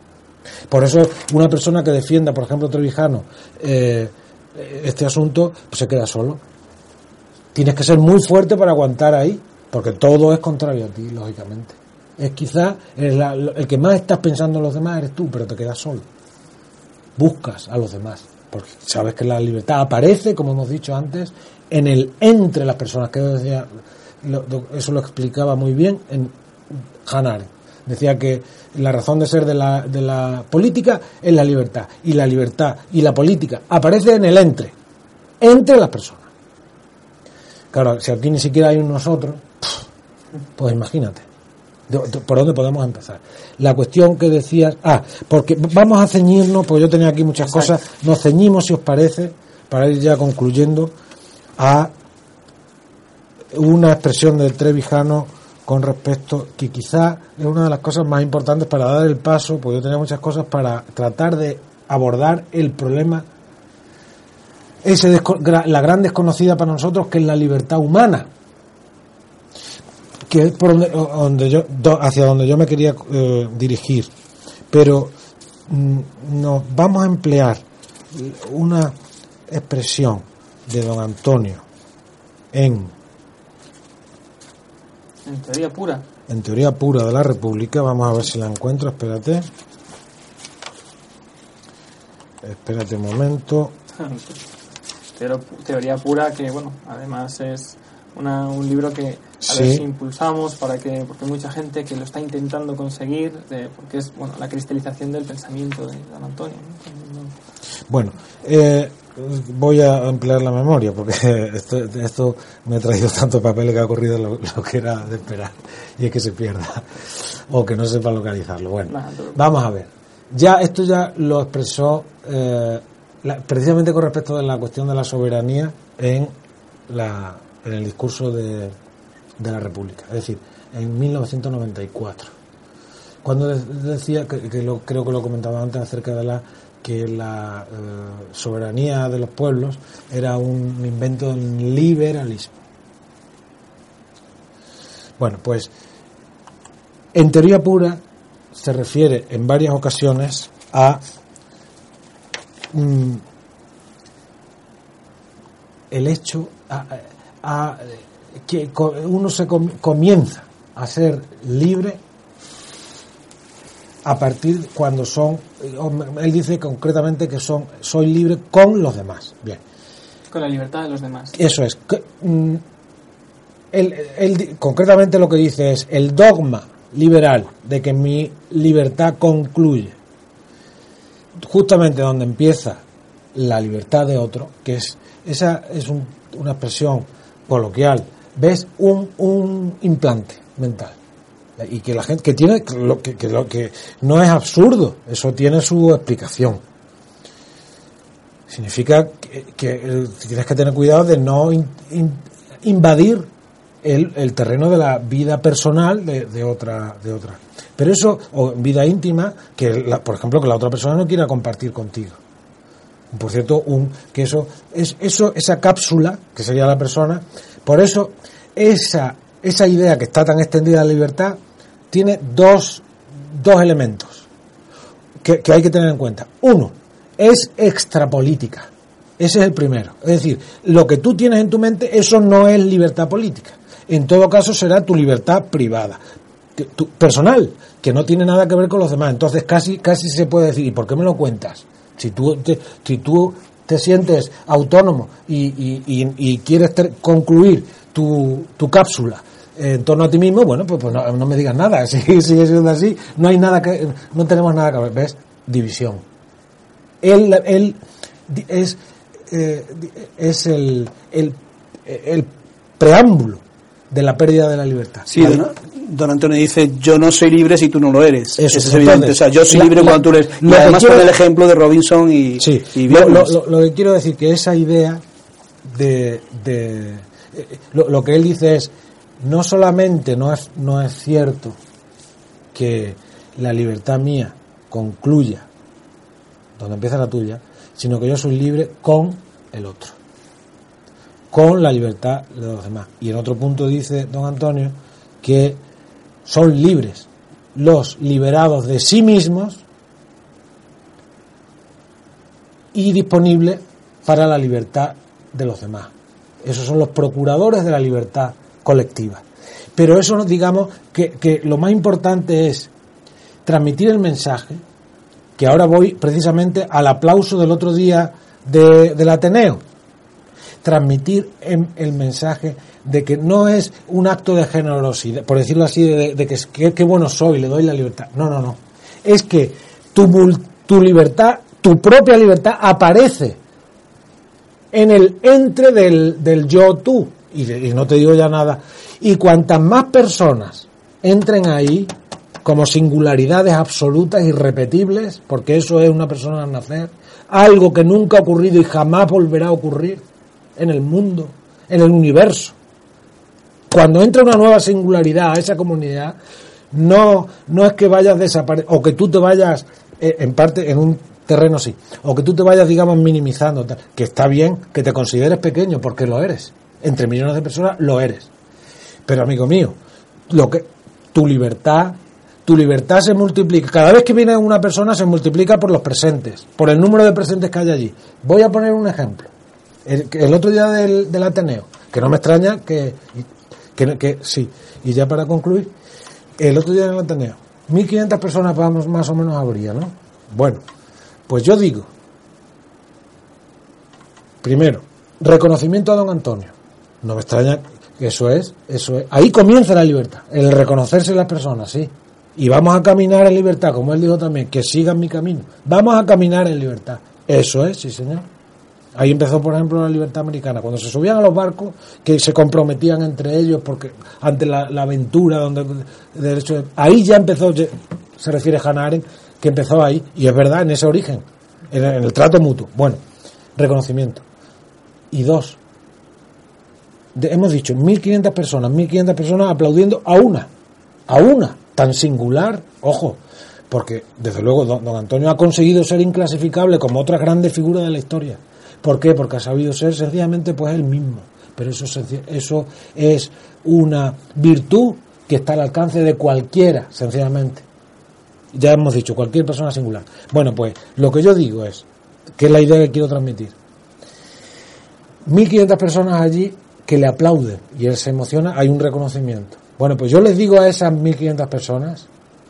Por eso una persona que defienda, por ejemplo, Trevijano, eh, este asunto, pues se queda solo. Tienes que ser muy fuerte para aguantar ahí, porque todo es contrario a ti, lógicamente. Es quizás el, el que más estás pensando en los demás eres tú, pero te quedas solo. Buscas a los demás, porque sabes que la libertad aparece, como hemos dicho antes, en el entre las personas, que decía, lo, eso lo explicaba muy bien en Hannah Arendt. Decía que la razón de ser de la, de la política es la libertad, y la libertad y la política aparece en el entre, entre las personas. Claro, si aquí ni siquiera hay un nosotros, pues imagínate, ¿por dónde podemos empezar? La cuestión que decías, ah, porque vamos a ceñirnos, porque yo tenía aquí muchas Exacto. cosas, nos ceñimos, si os parece, para ir ya concluyendo, a una expresión de Trevijano con respecto, que quizá es una de las cosas más importantes para dar el paso, porque yo tenía muchas cosas para tratar de abordar el problema, ese desco- la gran desconocida para nosotros, que es la libertad humana, que es por donde, donde yo, hacia donde yo me quería eh, dirigir. Pero mm, nos vamos a emplear una expresión de don Antonio en En teoría pura. en teoría pura de la República. Vamos a ver si la encuentro, espérate espérate un momento. Teor- teoría pura, que bueno, además es una, un libro que a Sí. ver si impulsamos para que, porque hay mucha gente que lo está intentando conseguir, de, porque es bueno la cristalización del pensamiento de don Antonio, ¿no? Bueno, eh, voy a emplear la memoria, porque esto, esto me ha traído tanto papel que ha ocurrido lo, lo que era de esperar, y es que se pierda o que no sepa localizarlo. Bueno, Nah, pero- vamos a ver. Ya esto ya lo expresó eh, la, precisamente con respecto de la cuestión de la soberanía en la en el discurso de, de la República, es decir, en mil novecientos noventa y cuatro, cuando de- decía que, que lo, creo que lo comentaba antes acerca de la que la eh, soberanía de los pueblos era un invento del liberalismo. Bueno, pues en teoría pura se refiere en varias ocasiones a mm, el hecho a, a- que co- uno se com- comienza a ser libre a partir cuando son, él dice concretamente que son soy libre con los demás. Bien, Con la libertad de los demás. eso es. Que, mm, él, él di- concretamente lo que dice es el dogma liberal de que mi libertad concluye justamente donde empieza la libertad de otro, que es esa es un- una expresión coloquial, ves un, un implante mental, y que la gente que tiene lo que, que lo que no es absurdo, eso tiene su explicación. Significa que, que eh, tienes que tener cuidado de no in- in- invadir el, el terreno de la vida personal de, de otra de otra pero eso, o vida íntima, que la, por ejemplo que la otra persona no quiera compartir contigo. Por cierto, un que eso es eso esa cápsula que sería la persona. Por eso esa esa idea que está tan extendida de la libertad tiene dos dos elementos que, que hay que tener en cuenta. Uno, es extrapolítica. Ese es el primero. Es decir, lo que tú tienes en tu mente, eso no es libertad política. En todo caso será tu libertad privada, que- tu, personal, que no tiene nada que ver con los demás. Entonces casi casi se puede decir, ¿y por qué me lo cuentas? Si tú te, si tú te sientes autónomo y, y, y, y quieres ter- concluir tu, tu cápsula en torno a ti mismo, bueno, pues, pues no, no me digas nada. Si sigue siendo así, no hay nada que, no tenemos nada que ver. ¿Ves? División. Él, él di- es, eh, di- es el, el, el preámbulo de la pérdida de la libertad. Sí, La- don, don Antonio dice, yo no soy libre si tú no lo eres. Eso, Eso es entonces, evidente. O sea, yo soy la- libre la- cuando tú eres. Y lo que además quiero- con el ejemplo de Robinson y, Sí, y lo, lo, Biomas. lo- lo que quiero decir que esa idea de, de eh, lo, lo que él dice es, no solamente no es no es cierto que la libertad mía concluya donde empieza la tuya, sino que yo soy libre con el otro, con la libertad de los demás. Y en otro punto dice don Antonio que son libres los liberados de sí mismos y disponibles para la libertad de los demás. Esos son los procuradores de la libertad colectiva. Pero eso, no digamos que, que lo más importante es transmitir el mensaje, que ahora voy precisamente al aplauso del otro día de, del Ateneo. Transmitir en, el mensaje de que no es un acto de generosidad, por decirlo así, de, de que, que, que bueno soy, le doy la libertad. No, no, no. Es que tu, tu libertad, tu propia libertad aparece en el entre del, del yo-tú. Y, y no te digo ya nada. Y cuantas más personas entren ahí como singularidades absolutas, irrepetibles, porque eso es una persona al nacer, algo que nunca ha ocurrido y jamás volverá a ocurrir en el mundo, en el universo. Cuando entra una nueva singularidad a esa comunidad, no, no es que vayas desapareciendo, o que tú te vayas, eh, en parte, en un terreno sí, o que tú te vayas, digamos, minimizando, que está bien que te consideres pequeño, porque lo eres. Entre millones de personas lo eres. Pero, amigo mío, lo que tu libertad, tu libertad se multiplica. Cada vez que viene una persona se multiplica por los presentes, por el número de presentes que hay allí. Voy a poner un ejemplo. El, el otro día del, del Ateneo, que no me extraña que, que, que sí, y ya para concluir, el otro día del Ateneo, mil quinientas personas vamos, más o menos habría, ¿no? Bueno, pues yo digo, primero, reconocimiento a don Antonio. No me extraña que eso es, eso es. Ahí comienza la libertad, el reconocerse las personas, sí. Y vamos a caminar en libertad, como él dijo también, que sigan mi camino. Vamos a caminar en libertad. Eso es, sí señor. Ahí empezó, por ejemplo, la libertad americana. Cuando se subían a los barcos, que se comprometían entre ellos porque ante la, la aventura, donde de derecho de, ahí ya empezó, se refiere Hannah Arendt, que empezó ahí, y es verdad, en ese origen, en el, en el trato mutuo. Bueno, reconocimiento. Y dos, de, hemos dicho, mil quinientas personas, mil quinientas personas aplaudiendo a una, a una, tan singular, ojo, porque desde luego don, don Antonio ha conseguido ser inclasificable como otras grandes figuras de la historia. ¿Por qué? Porque ha sabido ser sencillamente pues él mismo. Pero eso, eso es una virtud que está al alcance de cualquiera, sencillamente. Ya hemos dicho, cualquier persona singular. Bueno, pues lo que yo digo es, que es la idea que quiero transmitir. mil quinientas personas allí que le aplauden y él se emociona, hay un reconocimiento. Bueno, pues yo les digo a esas mil quinientas personas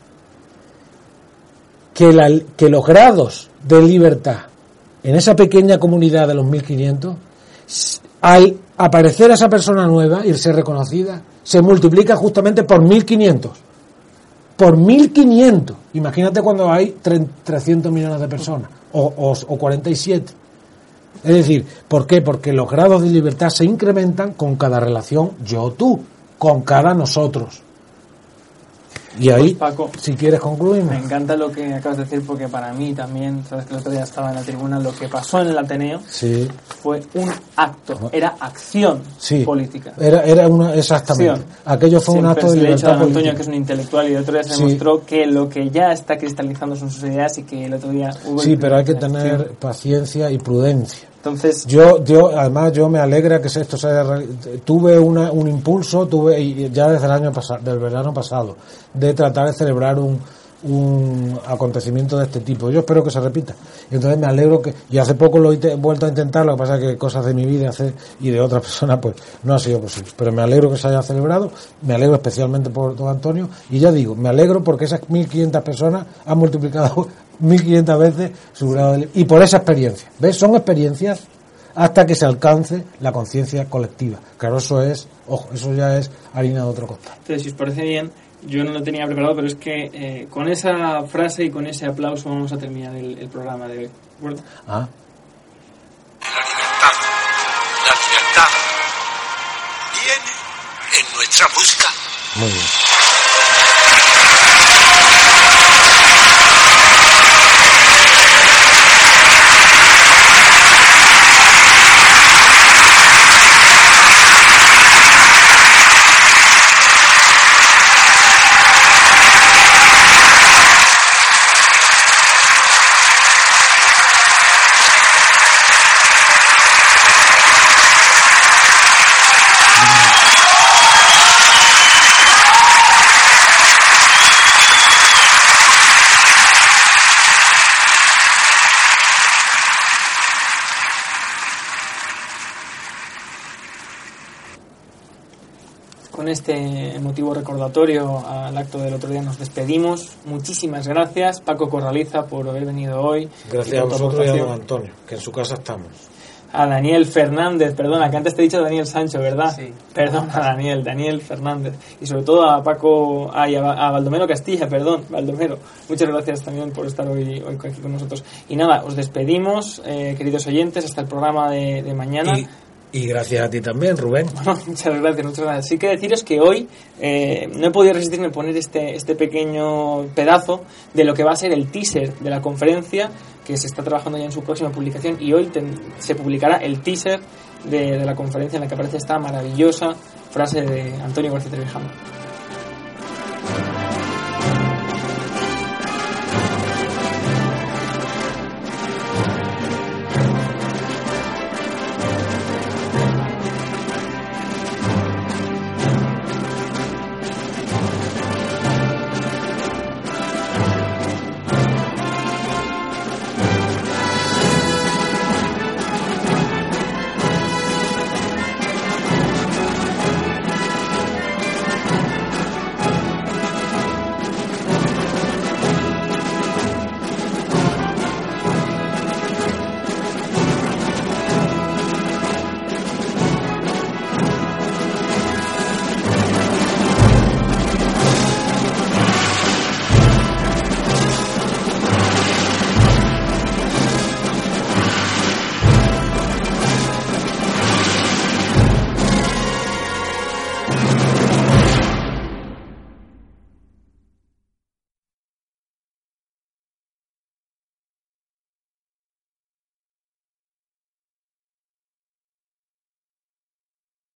que, la, que los grados de libertad en esa pequeña comunidad de los mil quinientos, al aparecer esa persona nueva y ser reconocida, se multiplica justamente por mil quinientos. Por mil quinientos. Imagínate cuando hay trescientos millones de personas, o, o, o cuarenta y siete. Es decir, ¿por qué? Porque los grados de libertad se incrementan con cada relación yo-tú, con cada nosotros. Y ahí, pues Paco, si quieres concluir. Me encanta lo que acabas de decir, porque para mí también, sabes que el otro día estaba en la tribuna, lo que pasó en el Ateneo sí. fue un acto, era acción sí. política. Era, era una, exactamente. Acción. Aquello fue Siempre un acto de libertad política. Le he dicho a política. Antonio, que es un intelectual, y el otro día se sí. demostró que lo que ya está cristalizando son sus ideas, y que el otro día hubo... Sí, pero hay que tener acción. Paciencia y prudencia. Entonces, yo, yo, además, yo me alegra que esto se haya, tuve una, un impulso, tuve y ya desde el año pasado, del verano pasado, de tratar de celebrar un, un acontecimiento de este tipo. Yo espero que se repita. Y entonces me alegro que, y hace poco lo he vuelto a intentar, lo que pasa es que cosas de mi vida hace, y de otras personas, pues no ha sido posible. Pero me alegro que se haya celebrado, me alegro especialmente por don Antonio, y ya digo, me alegro porque esas mil quinientas personas han multiplicado mil quinientas veces su grado de... Y por esa experiencia, ¿ves? Son experiencias hasta que se alcance la conciencia colectiva. Claro, eso es, ojo, eso ya es harina de otro costal. Entonces, si os parece bien, yo no lo tenía preparado, pero es que eh, con esa frase y con ese aplauso vamos a terminar el, el programa de hoy. ¿De acuerdo? Ah. La libertad, la libertad viene en nuestra busca. Muy bien. Con este emotivo recordatorio al acto del otro día nos despedimos. Muchísimas gracias, Paco Corraliza, por haber venido hoy. Gracias a vosotros y a don Antonio, que en su casa estamos. A Daniel Fernández, perdona, que antes te he dicho Daniel Sancho, ¿verdad? Sí. Perdona, Daniel, Daniel Fernández. Y sobre todo a Paco, ay, a, a Baldomero Castilla, perdón, Baldomero. Muchas gracias también por estar hoy, hoy aquí con nosotros. Y nada, os despedimos, eh, queridos oyentes, hasta el programa de, de mañana. Y... Y gracias a ti también, Rubén. Bueno, muchas gracias, muchas gracias. Sí que deciros que hoy eh, no he podido resistirme a poner este, este pequeño pedazo de lo que va a ser el teaser de la conferencia, que se está trabajando ya en su próxima publicación, y hoy ten, se publicará el teaser de, de la conferencia en la que aparece esta maravillosa frase de Antonio García Trevijano.